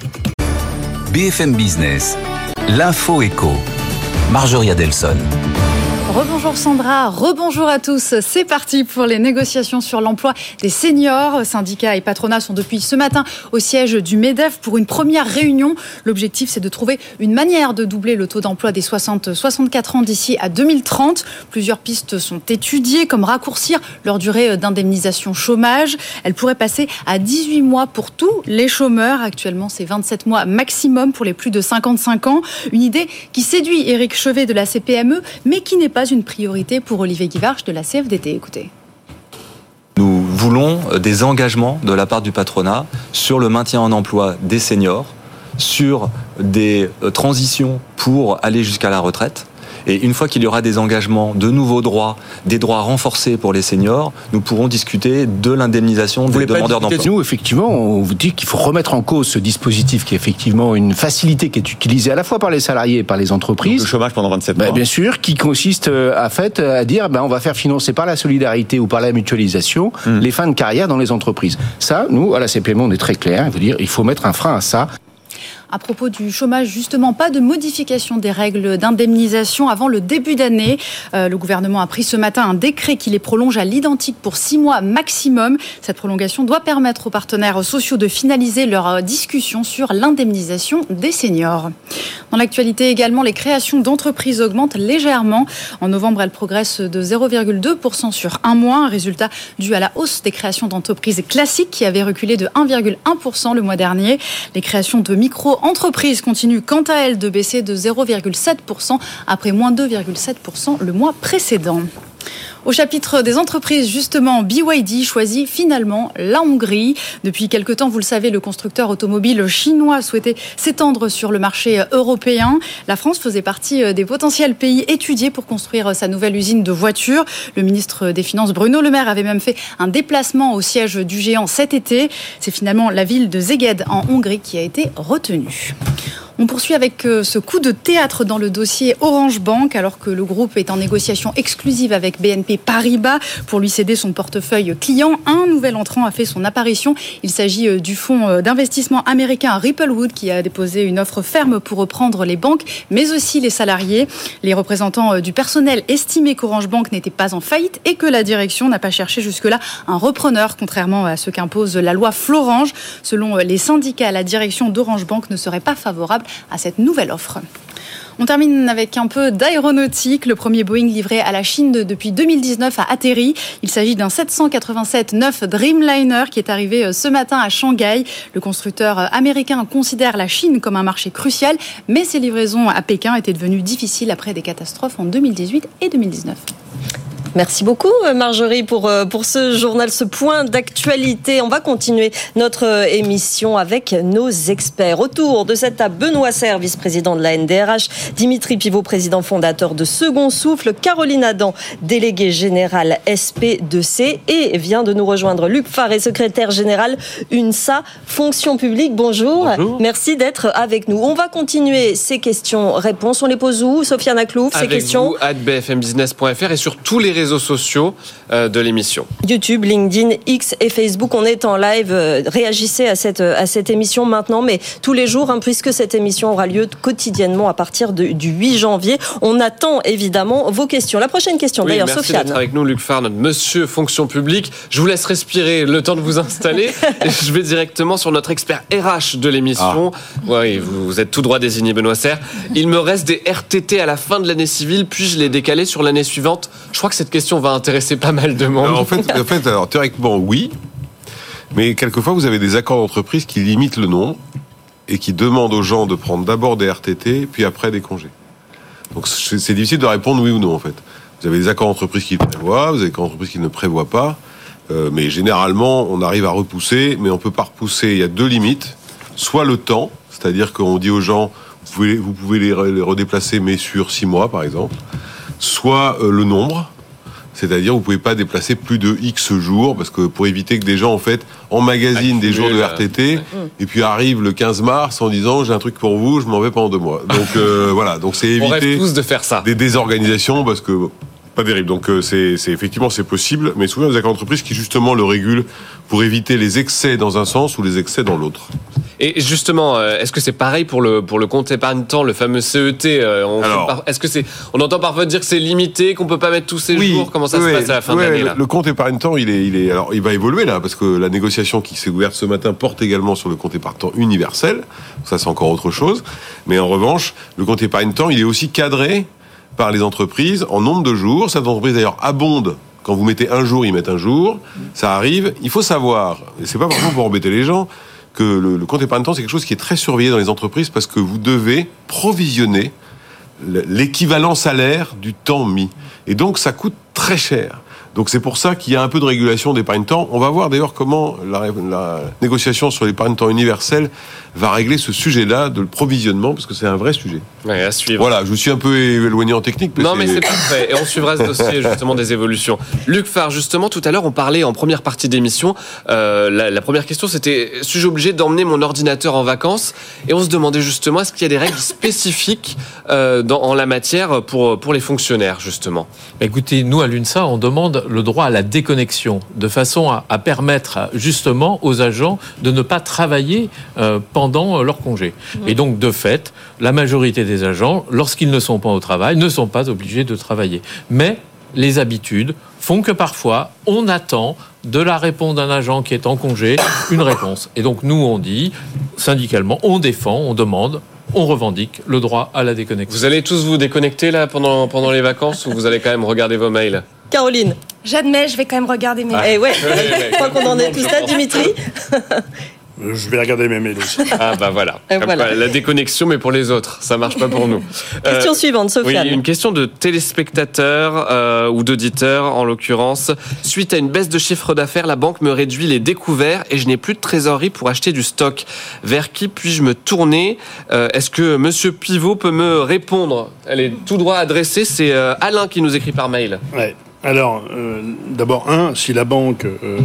BFM Business, l'info éco. Marjorie Adelson. Rebonjour. Bonjour Sandra, rebonjour à tous. C'est parti pour les négociations sur l'emploi des seniors. Syndicats et patronats sont depuis ce matin au siège du MEDEF pour une première réunion. L'objectif, c'est de trouver une manière de doubler le taux d'emploi des 60-64 ans d'ici à 2030. Plusieurs pistes sont étudiées, comme raccourcir leur durée d'indemnisation chômage. Elle pourrait passer à 18 mois pour tous les chômeurs. Actuellement, c'est 27 mois maximum pour les plus de 55 ans. Une idée qui séduit Éric Chevet de la CPME, mais qui n'est pas une priorité pour Olivier Guivarch de la CFDT. Écoutez. Nous voulons des engagements de la part du patronat sur le maintien en emploi des seniors, sur des transitions pour aller jusqu'à la retraite. Et une fois qu'il y aura des engagements, de nouveaux droits, des droits renforcés pour les seniors, nous pourrons discuter de l'indemnisation des demandeurs d'emploi. Nous, effectivement, on vous dit qu'il faut remettre en cause ce dispositif qui est effectivement une facilité qui est utilisée à la fois par les salariés et par les entreprises. Donc le chômage pendant 27 mois. Bien sûr, qui consiste à dire on va faire financer par la solidarité ou par la mutualisation les fins de carrière dans les entreprises. Ça, nous, à la CPME, on est très clair. Il faut dire il faut mettre un frein à ça. À propos du chômage, justement, pas de modification des règles d'indemnisation avant le début d'année. Le gouvernement a pris ce matin un décret qui les prolonge à l'identique pour 6 mois maximum. Cette prolongation doit permettre aux partenaires sociaux de finaliser leur discussion sur l'indemnisation des seniors. Dans l'actualité également, les créations d'entreprises augmentent légèrement. En novembre, elles progressent de 0,2% sur un mois, un résultat dû à la hausse des créations d'entreprises classiques qui avaient reculé de 1,1% le mois dernier. Les créations de micro-entreprises continuent quant à elles de baisser de 0,7% après moins 2,7% le mois précédent. Au chapitre des entreprises, justement, BYD choisit finalement la Hongrie. Depuis quelque temps, vous le savez, le constructeur automobile chinois souhaitait s'étendre sur le marché européen. La France faisait partie des potentiels pays étudiés pour construire sa nouvelle usine de voitures. Le ministre des Finances, Bruno Le Maire, avait même fait un déplacement au siège du géant cet été. C'est finalement la ville de Szeged en Hongrie qui a été retenue. On poursuit avec ce coup de théâtre dans le dossier Orange Bank, alors que le groupe est en négociation exclusive avec BNP Paribas pour lui céder son portefeuille client. Un nouvel entrant a fait son apparition. Il s'agit du fonds d'investissement américain Ripplewood qui a déposé une offre ferme pour reprendre les banques, mais aussi les salariés. Les représentants du personnel estimaient qu'Orange Bank n'était pas en faillite et que la direction n'a pas cherché jusque-là un repreneur, contrairement à ce qu'impose la loi Florange. Selon les syndicats, la direction d'Orange Bank ne serait pas favorable à cette nouvelle offre. On termine avec un peu d'aéronautique. Le premier Boeing livré à la Chine depuis 2019 a atterri. Il s'agit d'un 787-9 Dreamliner qui est arrivé ce matin à Shanghai. Le constructeur américain considère la Chine comme un marché crucial, mais ses livraisons à Pékin étaient devenues difficiles après des catastrophes en 2018 et 2019. Merci beaucoup Marjorie pour ce journal, ce point d'actualité. On va continuer notre émission avec nos experts. Autour de cette table, Benoît Serre, vice-président de la NDRH, Dimitri Pivot, président fondateur de Second Souffle, Caroline Adam, déléguée générale SP2C et vient de nous rejoindre Luc Faré, secrétaire général UNSA Fonction publique. Bonjour. Merci d'être avec nous. On va continuer ces questions-réponses. On les pose où, Sofiane Aklouf, ces questions avec vous, @bfmbusiness.fr et sur tous les réseaux sociaux de l'émission. YouTube, LinkedIn, X et Facebook, on est en live. Réagissez à cette émission maintenant, mais tous les jours, puisque cette émission aura lieu quotidiennement à partir du 8 janvier. On attend évidemment vos questions. La prochaine question, d'ailleurs, merci Sofiane. D'être avec nous, Luc Faré, notre monsieur fonction publique. Je vous laisse respirer le temps de vous installer. Et je vais directement sur notre expert RH de l'émission. Oui, vous êtes tout droit désigné, Benoît Serre. Il me reste des RTT à la fin de l'année civile, puis-je les décaler sur l'année suivante? Je crois que cette question va intéresser pas mal de monde. Alors, en fait, théoriquement, oui. Mais quelquefois, vous avez des accords d'entreprise qui limitent le nombre et qui demandent aux gens de prendre d'abord des RTT, puis après des congés. Donc, c'est difficile de répondre oui ou non, en fait. Vous avez des accords d'entreprise qui le prévoient, vous avez des accords d'entreprise qui ne le prévoient pas. Mais généralement, on arrive à repousser, mais on peut pas repousser. Il y a deux limites. Soit le temps, c'est-à-dire qu'on dit aux gens, vous pouvez les redéplacer, mais sur 6 mois, par exemple. Soit le nombre, c'est-à-dire vous pouvez pas déplacer plus de X jours, parce que pour éviter que des gens en fait emmagasinent des jours de RTT et puis arrivent le 15 mars en disant j'ai un truc pour vous, je m'en vais pendant 2 mois. Donc voilà, donc c'est éviter on rêve tous de faire ça. Des désorganisations, parce que Pas terrible. Donc c'est effectivement c'est possible, mais souvent des accords d'entreprise qui justement le régulent pour éviter les excès dans un sens ou les excès dans l'autre. Et justement, est-ce que c'est pareil pour le compte épargne-temps, le fameux CET on entend parfois dire que c'est limité, qu'on peut pas mettre tous ces jours. Comment ça se passe à la fin de l'année là? Le compte épargne-temps, il va évoluer là, parce que la négociation qui s'est ouverte ce matin porte également sur le compte épargne-temps universel. Ça, c'est encore autre chose. Mais en revanche, le compte épargne-temps, il est aussi cadré par les entreprises en nombre de jours. Cette entreprise d'ailleurs abonde. Quand vous mettez un jour, ils mettent un jour. Ça arrive. Il faut savoir, et c'est pas vraiment pour embêter les gens, que le compte épargne-temps, c'est quelque chose qui est très surveillé dans les entreprises parce que vous devez provisionner l'équivalent salaire du temps mis. Et donc, ça coûte très cher. Donc, c'est pour ça qu'il y a un peu de régulation d'épargne-temps. On va voir d'ailleurs comment la négociation sur l'épargne-temps universel va régler ce sujet-là de provisionnement, parce que c'est un vrai sujet. Ouais, à suivre. Voilà, je me suis un peu éloigné en technique. Mais c'est parfait. Et on suivra ce dossier, justement, des évolutions. Luc Farr, justement, tout à l'heure, on parlait en première partie d'émission. La première question, c'était, suis-je obligé d'emmener mon ordinateur en vacances? Et on se demandait justement, est-ce qu'il y a des règles spécifiques en la matière pour les fonctionnaires, justement? Écoutez, nous, à l'UNSA, on demande le droit à la déconnexion, de façon à permettre, justement, aux agents de ne pas travailler pendant leur congé. Et donc, de fait, la majorité des agents, lorsqu'ils ne sont pas au travail, ne sont pas obligés de travailler. Mais les habitudes font que parfois, on attend de la réponse d'un agent qui est en congé une réponse. Et donc, nous, on dit, syndicalement, on défend, on demande, on revendique le droit à la déconnexion. Vous allez tous vous déconnecter là pendant les vacances ou vous allez quand même regarder vos mails? Caroline. J'admets, je vais quand même regarder mes mails. Je crois qu'on en est tous là, Dimitri. Je vais regarder mes mails aussi. Ah bah voilà. Quoi, la déconnexion, mais pour les autres, ça marche pas pour nous. Question suivante, Sofiane. Oui, une question de téléspectateurs ou d'auditeurs, en l'occurrence. Suite à une baisse de chiffre d'affaires, la banque me réduit les découverts et je n'ai plus de trésorerie pour acheter du stock. Vers qui puis-je me tourner? Est-ce que Monsieur Pivot peut me répondre? Elle est tout droit adressée. C'est Alain qui nous écrit par mail. Ouais. Alors, d'abord, si la banque...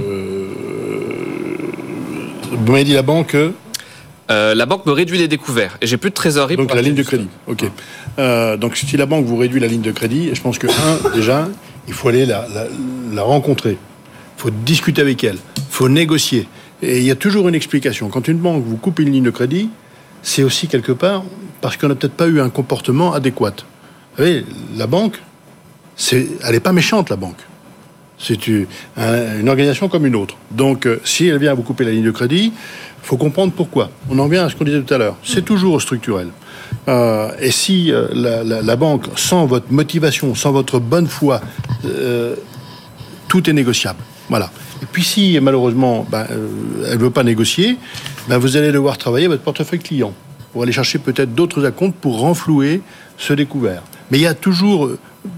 vous m'avez dit la banque... La banque me réduit les découverts et j'ai plus de trésorerie. Donc la ligne de crédit, ok. Donc si la banque vous réduit la ligne de crédit, je pense que, déjà, il faut aller la rencontrer. Il faut discuter avec elle. Il faut négocier. Et il y a toujours une explication. Quand une banque vous coupe une ligne de crédit, c'est aussi quelque part parce qu'on n'a peut-être pas eu un comportement adéquat. Vous savez, la banque, elle n'est pas méchante, la banque. C'est une organisation comme une autre. Donc, si elle vient vous couper la ligne de crédit, il faut comprendre pourquoi. On en vient à ce qu'on disait tout à l'heure. C'est toujours structurel. Et si la banque, sans votre motivation, sans votre bonne foi, tout est négociable. Voilà. Et puis si, malheureusement, elle ne veut pas négocier, vous allez devoir travailler votre portefeuille client pour aller chercher peut-être d'autres acomptes pour renflouer ce découvert. Mais il y a toujours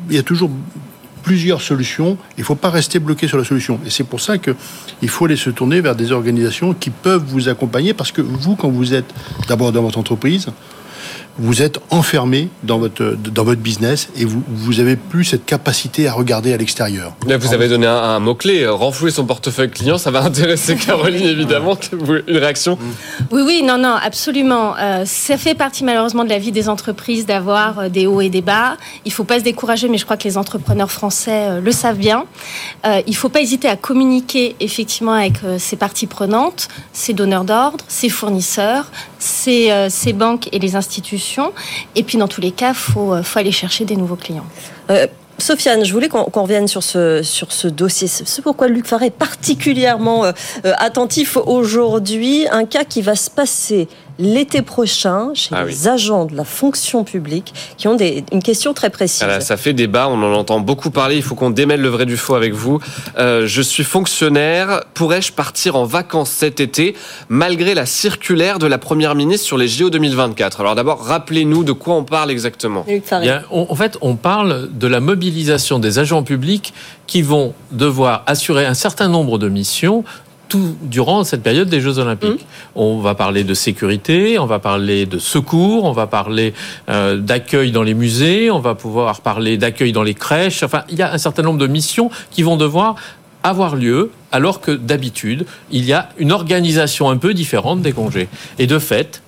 plusieurs solutions. Il ne faut pas rester bloqué sur la solution. Et c'est pour ça qu'il faut aller se tourner vers des organisations qui peuvent vous accompagner, parce que vous, quand vous êtes d'abord dans votre entreprise, vous êtes enfermé dans votre business et vous avez plus cette capacité à regarder à l'extérieur. Là, vous avez donné un mot-clé, renflouer son portefeuille client, ça va intéresser Caroline évidemment. Une réaction? Oui, non, absolument. Ça fait partie malheureusement de la vie des entreprises d'avoir des hauts et des bas. Il ne faut pas se décourager, mais je crois que les entrepreneurs français le savent bien. Il ne faut pas hésiter à communiquer effectivement avec ses parties prenantes, ses donneurs d'ordre, ses fournisseurs, ses banques et les institutions. Et puis, dans tous les cas, faut aller chercher des nouveaux clients. Sofiane, je voulais qu'on revienne sur ce dossier. C'est pourquoi Luc Farr est particulièrement attentif aujourd'hui. Un cas qui va se passer l'été prochain chez les agents de la fonction publique qui ont une question très précise. Alors, ça fait débat, on en entend beaucoup parler, il faut qu'on démêle le vrai du faux avec vous. Je suis fonctionnaire, pourrais-je partir en vacances cet été malgré la circulaire de la Première ministre sur les JO 2024? Alors d'abord, rappelez-nous de quoi on parle exactement. Bien, en fait, on parle de la mobilisation des agents publics qui vont devoir assurer un certain nombre de missions tout durant cette période des Jeux Olympiques. On va parler de sécurité, on va parler de secours, on va parler d'accueil dans les musées, on va pouvoir parler d'accueil dans les crèches. Enfin, il y a un certain nombre de missions qui vont devoir avoir lieu, alors que d'habitude, il y a une organisation un peu différente des congés. Et de fait,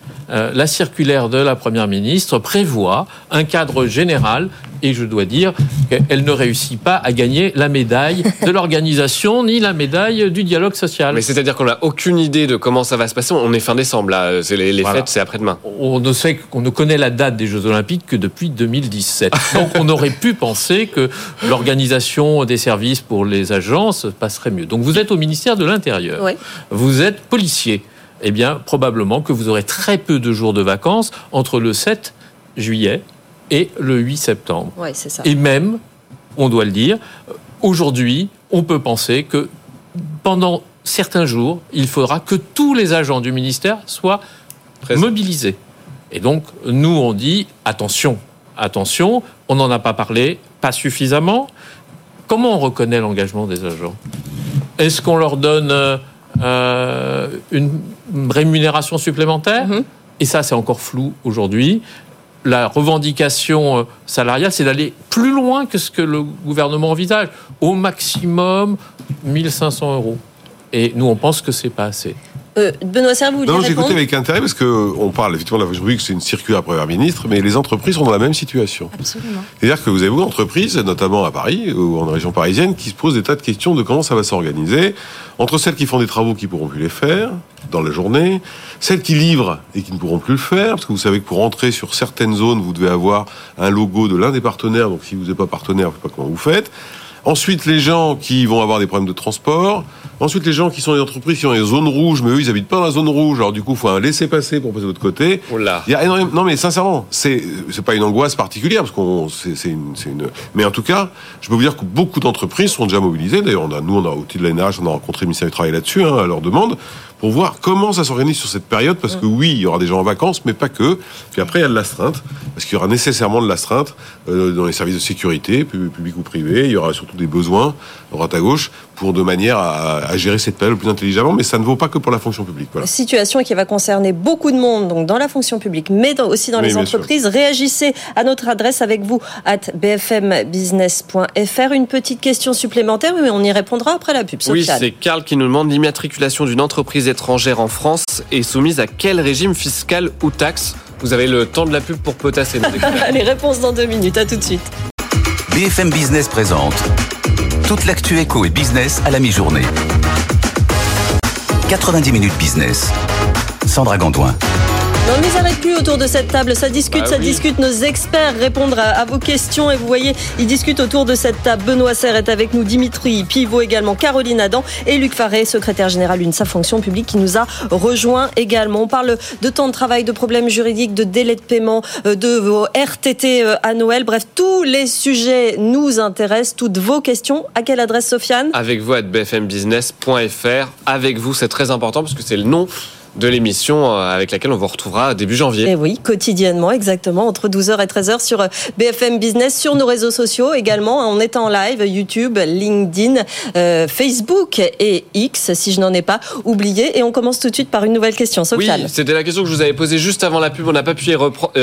la circulaire de la Première ministre prévoit un cadre général et je dois dire qu'elle ne réussit pas à gagner la médaille de l'organisation ni la médaille du dialogue social. Mais c'est-à-dire qu'on n'a aucune idée de comment ça va se passer. On est fin décembre, là. Les Voilà. fêtes, c'est après-demain. On ne connaît la date des Jeux Olympiques que depuis 2017. Donc on aurait pu penser que l'organisation des services pour les agences passerait mieux. Donc vous êtes au ministère de l'Intérieur. Oui. Vous êtes policier. Eh bien, probablement que vous aurez très peu de jours de vacances entre le 7 juillet et le 8 septembre. Ouais, c'est ça. Et même, on doit le dire, aujourd'hui, on peut penser que pendant certains jours, il faudra que tous les agents du ministère soient mobilisés. Et donc, nous, on dit, attention, on n'en a pas parlé, pas suffisamment. Comment on reconnaît l'engagement des agents ? Est-ce qu'on leur donne une rémunération supplémentaire ? Et ça, c'est encore flou aujourd'hui. La revendication salariale, c'est d'aller plus loin que ce que le gouvernement envisage. Au maximum, 1 500 €. Et nous, on pense que c'est pas assez. Benoît Serre, vous vouliez répondre ? J'écoutais avec intérêt parce qu'on parle effectivement de la fonction publique, c'est une circulaire Première ministre, mais les entreprises sont dans la même situation. Absolument. C'est-à-dire que vous avez beaucoup d'entreprises, notamment à Paris ou en région parisienne, qui se posent des tas de questions de comment ça va s'organiser, entre celles qui font des travaux qui ne pourront plus les faire dans la journée, celles qui livrent et qui ne pourront plus le faire, parce que vous savez que pour entrer sur certaines zones, vous devez avoir un logo de l'un des partenaires, donc si vous n'êtes pas partenaire, je ne sais pas comment vous faites. Ensuite, les gens qui vont avoir des problèmes de transport. Ensuite, les gens qui sont des entreprises qui ont des zones rouges, mais eux, ils habitent pas dans la zone rouge. Alors, du coup, il faut un laisser-passer pour passer de l'autre côté. Oula. Il y a énormément... Non, mais sincèrement, c'est pas une angoisse particulière, parce c'est une... Mais en tout cas, je peux vous dire que beaucoup d'entreprises sont déjà mobilisées. D'ailleurs, nous, on a au titre de l'ANRH, on a rencontré le ministère du Travail là-dessus, à leur demande, pour voir comment ça s'organise sur cette période, parce que oui, il y aura des gens en vacances, mais pas que. Puis après, il y a de l'astreinte, parce qu'il y aura nécessairement de l'astreinte dans les services de sécurité, publics ou privés. Il y aura surtout des besoins, à droite à gauche, pour de manière à gérer cette période le plus intelligemment, mais ça ne vaut pas que pour la fonction publique. Voilà. Situation qui va concerner beaucoup de monde, donc dans la fonction publique, mais aussi dans les entreprises. Sûr. Réagissez à notre adresse avec vous, @bfmbusiness.fr. Une petite question supplémentaire, mais on y répondra après la pub. Oui, c'est Karl qui nous demande: l'immatriculation d'une entreprise étrangère en France est soumise à quel régime fiscal ou taxe ? Vous avez le temps de la pub pour potasser. Les réponses dans 2 minutes, à tout de suite. BFM Business présente toute l'actu éco et business à la mi-journée. 90 minutes business. Sandra Gandoin. Non, mais arrête plus autour de cette table, ça discute, nos experts répondent à vos questions et vous voyez, ils discutent autour de cette table. Benoît Serre est avec nous, Dimitri Pivot également, Caroline Adam et Luc Faré, secrétaire général UNSA Fonction Publique qui nous a rejoint également. On parle de temps de travail, de problèmes juridiques, de délais de paiement, de vos RTT à Noël. Bref, tous les sujets nous intéressent, toutes vos questions. À quelle adresse, Sofiane ? Avec vous, @bfmbusiness.fr. Avec vous, c'est très important parce que c'est le nom de l'émission avec laquelle on vous retrouvera début janvier. Et oui, quotidiennement, exactement, entre 12h et 13h sur BFM Business, sur nos réseaux sociaux également. On est en live, YouTube, LinkedIn, Facebook et X, si je n'en ai pas oublié. Et on commence tout de suite par une nouvelle question. Sofiane. Oui, c'était la question que je vous avais posée juste avant la pub. On n'a pas pu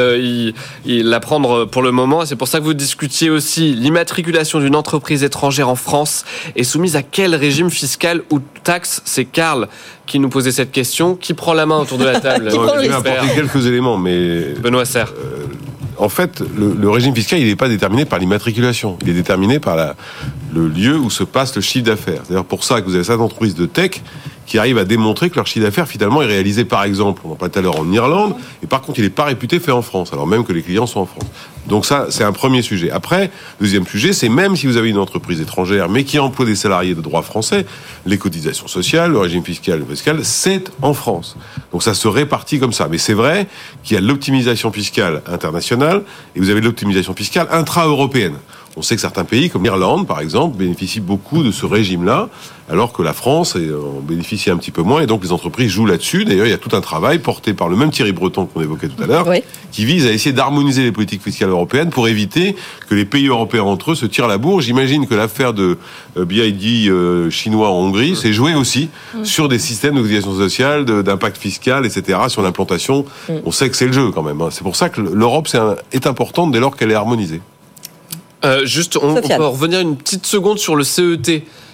la prendre pour le moment. C'est pour ça que vous discutiez aussi. L'immatriculation d'une entreprise étrangère en France est soumise à quel régime fiscal ou taxe ? C'est Karl qui nous posait cette question. Qui prend la main autour de la table? Je vais apporter quelques éléments, mais... Benoît Serre. En fait, le régime fiscal, il n'est pas déterminé par l'immatriculation. Il est déterminé par le lieu où se passe le chiffre d'affaires. C'est d'ailleurs pour ça que vous avez cette entreprise de tech qui arrive à démontrer que leur chiffre d'affaires, finalement, est réalisé, par exemple, on en parlait tout à l'heure, en Irlande, et par contre, il n'est pas réputé fait en France, alors même que les clients sont en France. Donc ça, c'est un premier sujet. Après, deuxième sujet, c'est même si vous avez une entreprise étrangère, mais qui emploie des salariés de droit français, les cotisations sociales, le régime fiscal, c'est en France. Donc ça se répartit comme ça. Mais c'est vrai qu'il y a l'optimisation fiscale internationale, et vous avez l'optimisation fiscale intra-européenne. On sait que certains pays, comme l'Irlande, par exemple, bénéficient beaucoup de ce régime-là, alors que la France en bénéficie un petit peu moins, et donc les entreprises jouent là-dessus. D'ailleurs, il y a tout un travail porté par le même Thierry Breton qu'on évoquait tout à l'heure, qui vise à essayer d'harmoniser les politiques fiscales européennes pour éviter que les pays européens entre eux se tirent la bourre. J'imagine que l'affaire de BID chinois en Hongrie s'est jouée aussi sur des systèmes de cotisation sociale, d'impact fiscal, etc., sur l'implantation. On sait que c'est le jeu quand même. C'est pour ça que l'Europe est importante dès lors qu'elle est harmonisée. On peut revenir une petite seconde sur le CET.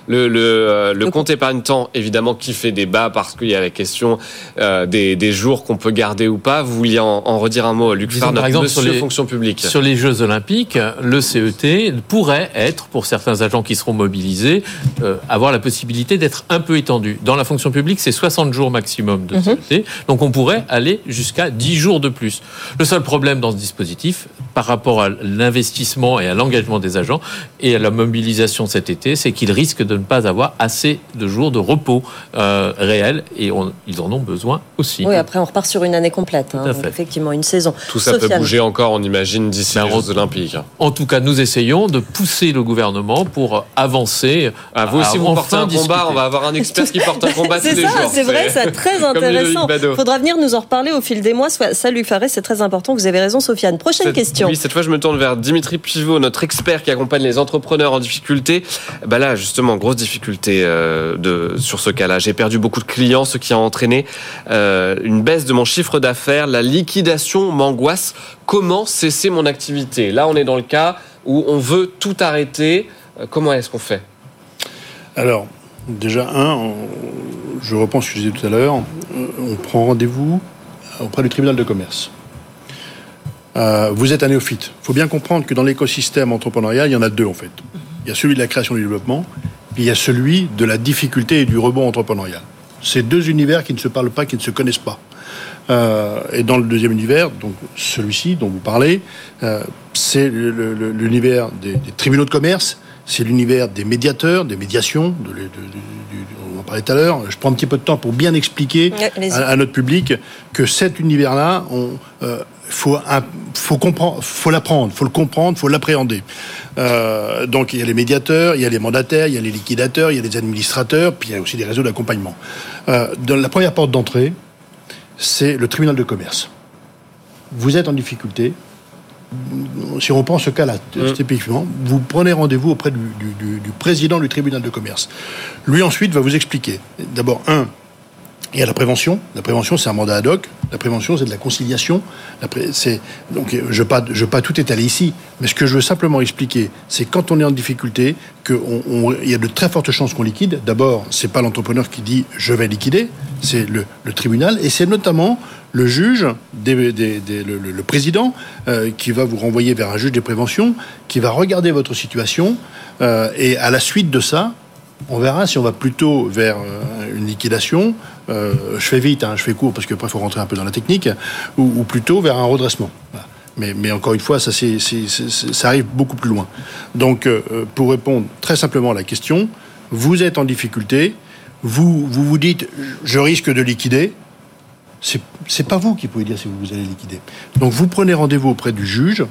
Le compte épargne-temps, évidemment, qui fait débat parce qu'il y a la question des jours qu'on peut garder ou pas. Vous vouliez en redire un mot, Luc Farr, notre monsieur fonction publique. Sur les Jeux Olympiques, le CET pourrait être, pour certains agents qui seront mobilisés, avoir la possibilité d'être un peu étendu. Dans la fonction publique, c'est 60 jours maximum de CET. Donc on pourrait aller jusqu'à 10 jours de plus. Le seul problème dans ce dispositif, par rapport à l'investissement et à l'engagement des agents et à la mobilisation cet été, c'est qu'ils risquent de ne pas avoir assez de jours de repos réels et ils en ont besoin aussi. Oui, après on repart sur une année complète, donc effectivement une saison. Tout ça peut bouger encore, on imagine, d'ici les Jeux Olympiques. En tout cas, nous essayons de pousser le gouvernement pour avancer. Vous aussi, vous portez un combat, on va avoir un expert qui porte un combat tous les jours. C'est vrai, c'est très intéressant. Il faudra venir nous en reparler au fil des mois. Ça, Luc Farré, c'est très important. Vous avez raison, Sofiane. Prochaine question. Oui, cette fois, je me tourne vers Dimitri Pivot, notre expert qui accompagne les entrepreneurs en difficulté. Là, justement, grosse difficulté sur ce cas-là. J'ai perdu beaucoup de clients, ce qui a entraîné une baisse de mon chiffre d'affaires. La liquidation m'angoisse. Comment cesser mon activité? Là, on est dans le cas où on veut tout arrêter. Comment est-ce qu'on fait? Alors, déjà, je reprends ce que je disais tout à l'heure. On prend rendez-vous auprès du tribunal de commerce. Vous êtes un néophyte. Il faut bien comprendre que dans l'écosystème entrepreneurial, il y en a deux en fait. Il y a celui de la création et du développement, puis il y a celui de la difficulté et du rebond entrepreneurial. C'est deux univers qui ne se parlent pas, qui ne se connaissent pas. Et dans le deuxième univers, donc celui-ci dont vous parlez, c'est l'univers des tribunaux de commerce, c'est l'univers des médiateurs, des médiations, on en parlait tout à l'heure. Je prends un petit peu de temps pour bien expliquer à notre public que cet univers-là, faut comprendre, faut l'apprendre, faut le comprendre, faut l'appréhender. Donc il y a les médiateurs, il y a les mandataires, il y a les liquidateurs, il y a les administrateurs, puis il y a aussi des réseaux d'accompagnement. Dans la première porte d'entrée, c'est le tribunal de commerce. Vous êtes en difficulté. Si on reprend ce cas-là, typiquement, vous prenez rendez-vous auprès du président du tribunal de commerce. Lui, ensuite, va vous expliquer. D'abord, il y a la prévention. La prévention, c'est un mandat ad hoc. La prévention, c'est de la conciliation. Donc, je veux pas tout étaler ici, mais ce que je veux simplement expliquer, c'est quand on est en difficulté, il y a de très fortes chances qu'on liquide. D'abord, c'est pas l'entrepreneur qui dit « je vais liquider », c'est le tribunal, et c'est notamment le juge, le président, qui va vous renvoyer vers un juge des préventions, qui va regarder votre situation, et à la suite de ça, on verra si on va plutôt vers une liquidation, je fais vite, je fais court, parce qu'après il faut rentrer un peu dans la technique, ou plutôt vers un redressement. Voilà. Mais encore une fois, ça arrive beaucoup plus loin. Donc, pour répondre très simplement à la question, vous êtes en difficulté, vous dites « je risque de liquider », c'est pas vous qui pouvez dire si vous allez liquider. Donc vous prenez rendez-vous auprès du juge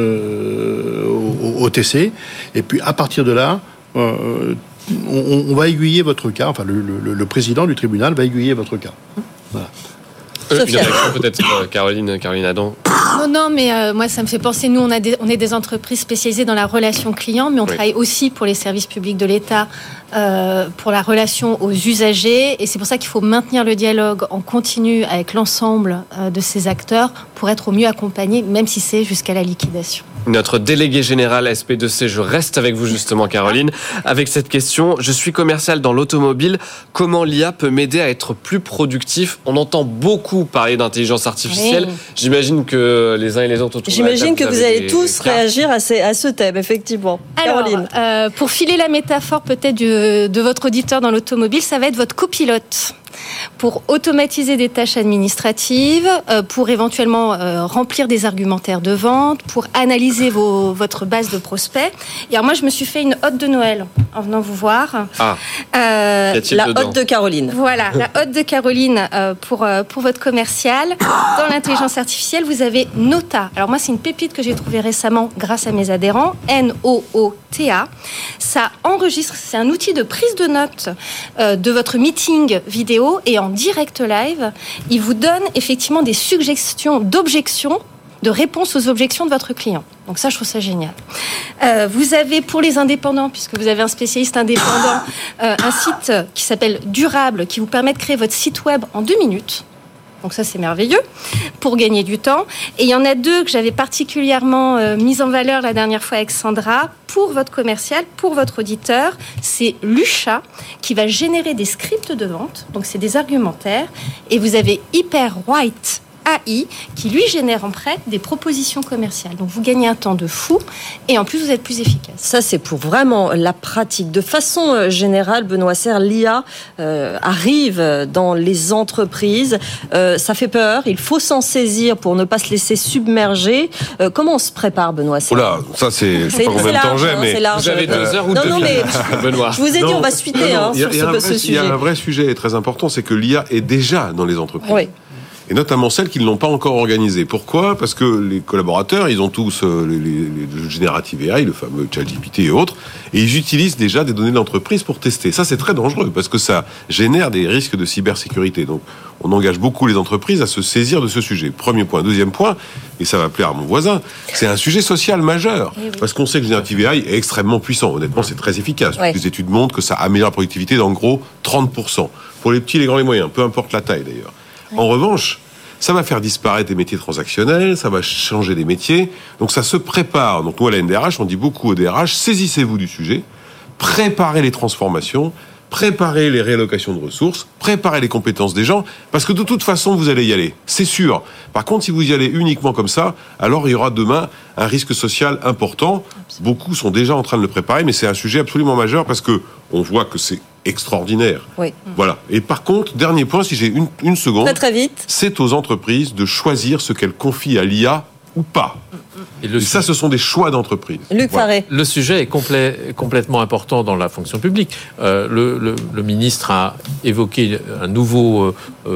au TC, et puis à partir de là, on va aiguiller votre cas. Enfin, le président du tribunal va aiguiller votre cas. Voilà. Une réaction peut-être, Caroline Adam. Non, mais moi, ça me fait penser, nous, on est des entreprises spécialisées dans la relation client, mais on travaille aussi pour les services publics de l'État, pour la relation aux usagers, et c'est pour ça qu'il faut maintenir le dialogue en continu avec l'ensemble de ces acteurs pour être au mieux accompagnés, même si c'est jusqu'à la liquidation. Notre délégué général SP2C, je reste avec vous justement, Caroline, avec cette question. Je suis commercial dans l'automobile. Comment l'IA peut m'aider à être plus productif? On entend beaucoup parler d'intelligence artificielle. Oui. J'imagine que les uns et les autres autour de la table, j'imagine que vous allez tous réagir à ce thème, effectivement. Alors, Caroline. Pour filer la métaphore peut-être de votre auditeur dans l'automobile, ça va être votre copilote. Pour automatiser des tâches administratives, pour éventuellement remplir des argumentaires de vente, pour analyser votre base de prospects. Et alors moi, je me suis fait une hotte de Noël en venant vous voir. La hotte de Caroline. Voilà, la hotte de Caroline pour votre commercial. Dans l'intelligence artificielle, vous avez Nota. Alors moi, c'est une pépite que j'ai trouvée récemment grâce à mes adhérents. N-O-O-T-A. Ça enregistre, c'est un outil de prise de notes de votre meeting vidéo, et en direct live, il vous donne effectivement des suggestions d'objections, de réponses aux objections de votre client. Donc ça, je trouve ça génial. Vous avez, pour les indépendants, puisque vous avez un spécialiste indépendant, un site qui s'appelle Durable, qui vous permet de créer votre site web en 2 minutes. Donc ça, c'est merveilleux pour gagner du temps. Et il y en a 2 que j'avais particulièrement mis en valeur la dernière fois avec Sandra. Pour votre commercial, pour votre auditeur, c'est Lusha qui va générer des scripts de vente. Donc c'est des argumentaires. Et vous avez Hyperwrite AI qui lui génère en prêt des propositions commerciales. Donc vous gagnez un temps de fou et en plus vous êtes plus efficace. Ça c'est pour vraiment la pratique. De façon générale, Benoît Serre, l'IA arrive dans les entreprises. Ça fait peur, il faut s'en saisir pour ne pas se laisser submerger. Comment on se prépare, Benoît Serre? Oula, ça c'est, je sais pas combien de temps j'ai, mais vous avez 2 heures ou 2 minutes, Benoît. Je vous ai dit, on va suiter sur ce sujet. Il y a un vrai sujet très important, c'est que l'IA est déjà dans les entreprises. Oui. Et notamment celles qui ne l'ont pas encore organisée. Pourquoi ? Parce que les collaborateurs, ils ont tous les générative AI, le fameux ChatGPT et autres, et ils utilisent déjà des données de l'entreprise pour tester. Ça, c'est très dangereux, parce que ça génère des risques de cybersécurité. Donc, on engage beaucoup les entreprises à se saisir de ce sujet. Premier point. Deuxième point, et ça va plaire à mon voisin, c'est un sujet social majeur. Oui. Parce qu'on sait que générative AI est extrêmement puissant. Honnêtement, c'est très efficace. Oui. Les études montrent que ça améliore la productivité d'en gros 30%. Pour les petits, les grands, les moyens, peu importe la taille d'ailleurs. En revanche, ça va faire disparaître des métiers transactionnels, ça va changer des métiers. Donc ça se prépare. Donc nous, à la NDRH, on dit beaucoup au DRH, saisissez-vous du sujet, préparez les transformations, préparez les réallocations de ressources, préparez les compétences des gens, parce que de toute façon, vous allez y aller. C'est sûr. Par contre, si vous y allez uniquement comme ça, alors il y aura demain un risque social important. Beaucoup sont déjà en train de le préparer, mais c'est un sujet absolument majeur parce que on voit que c'est extraordinaire. Oui. Voilà. Et par contre, dernier point, si j'ai une seconde. Très très vite. C'est aux entreprises de choisir ce qu'elles confient à l'IA ou pas. Et ça, ce sont des choix d'entreprise. Luc Faré. Le sujet est complètement important dans la fonction publique. Le ministre a évoqué un nouveau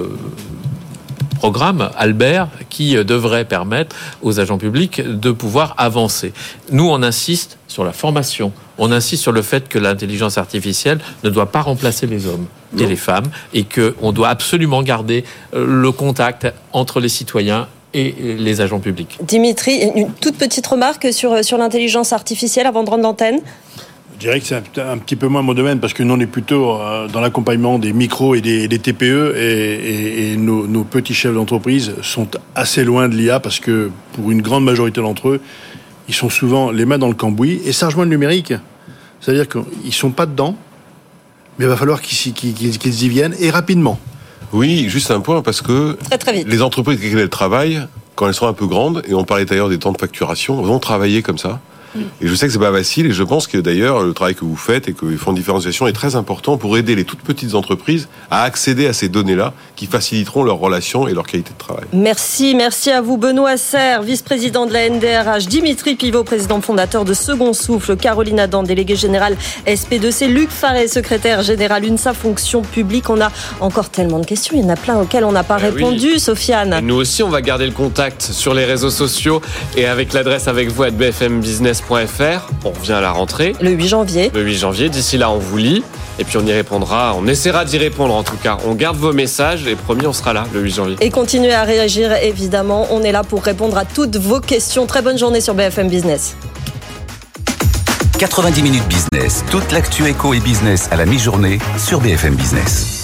programme, Albert, qui devrait permettre aux agents publics de pouvoir avancer. Nous, on insiste sur la formation. On insiste sur le fait que l'intelligence artificielle ne doit pas remplacer les hommes et les femmes et qu'on doit absolument garder le contact entre les citoyens et les agents publics. Dimitri, une toute petite remarque sur l'intelligence artificielle avant de rendre l'antenne. Je dirais que c'est un petit peu moins mon domaine parce que nous on est plutôt dans l'accompagnement des micros et des TPE et nos petits chefs d'entreprise sont assez loin de l'IA parce que pour une grande majorité d'entre eux, ils sont souvent les mains dans le cambouis et ça rejoint le numérique. C'est-à-dire qu'ils sont pas dedans, mais il va falloir qu'ils y viennent et rapidement. Oui, juste un point, parce que très vite. Les entreprises avec lesquelles elles travaillent, quand elles sont un peu grandes, et on parlait d'ailleurs des temps de facturation, vont travailler comme ça. Et je sais que c'est pas facile, et je pense que d'ailleurs, le travail que vous faites et que les fonds de différenciation est très important pour aider les toutes petites entreprises à accéder à ces données-là qui faciliteront leurs relations et leur qualité de travail. Merci à vous Benoît Serre, vice-président de la NDRH, Dimitri Pivot, président fondateur de Second Souffle, Caroline Adam, déléguée générale SP2C, Luc Faré, secrétaire général UNSA Fonction Publique. On a encore tellement de questions, il y en a plein auxquelles on n'a pas répondu, Sofiane. Et nous aussi, on va garder le contact sur les réseaux sociaux et avec l'adresse avec vous @bfmbusiness.fr. On revient à la rentrée. Le 8 janvier. D'ici là, on vous lit. Et puis on y répondra. On essaiera d'y répondre en tout cas. On garde vos messages et promis, on sera là le 8 janvier. Et continuez à réagir, évidemment. On est là pour répondre à toutes vos questions. Très bonne journée sur BFM Business. 90 minutes business. Toute l'actu éco et business à la mi-journée sur BFM Business.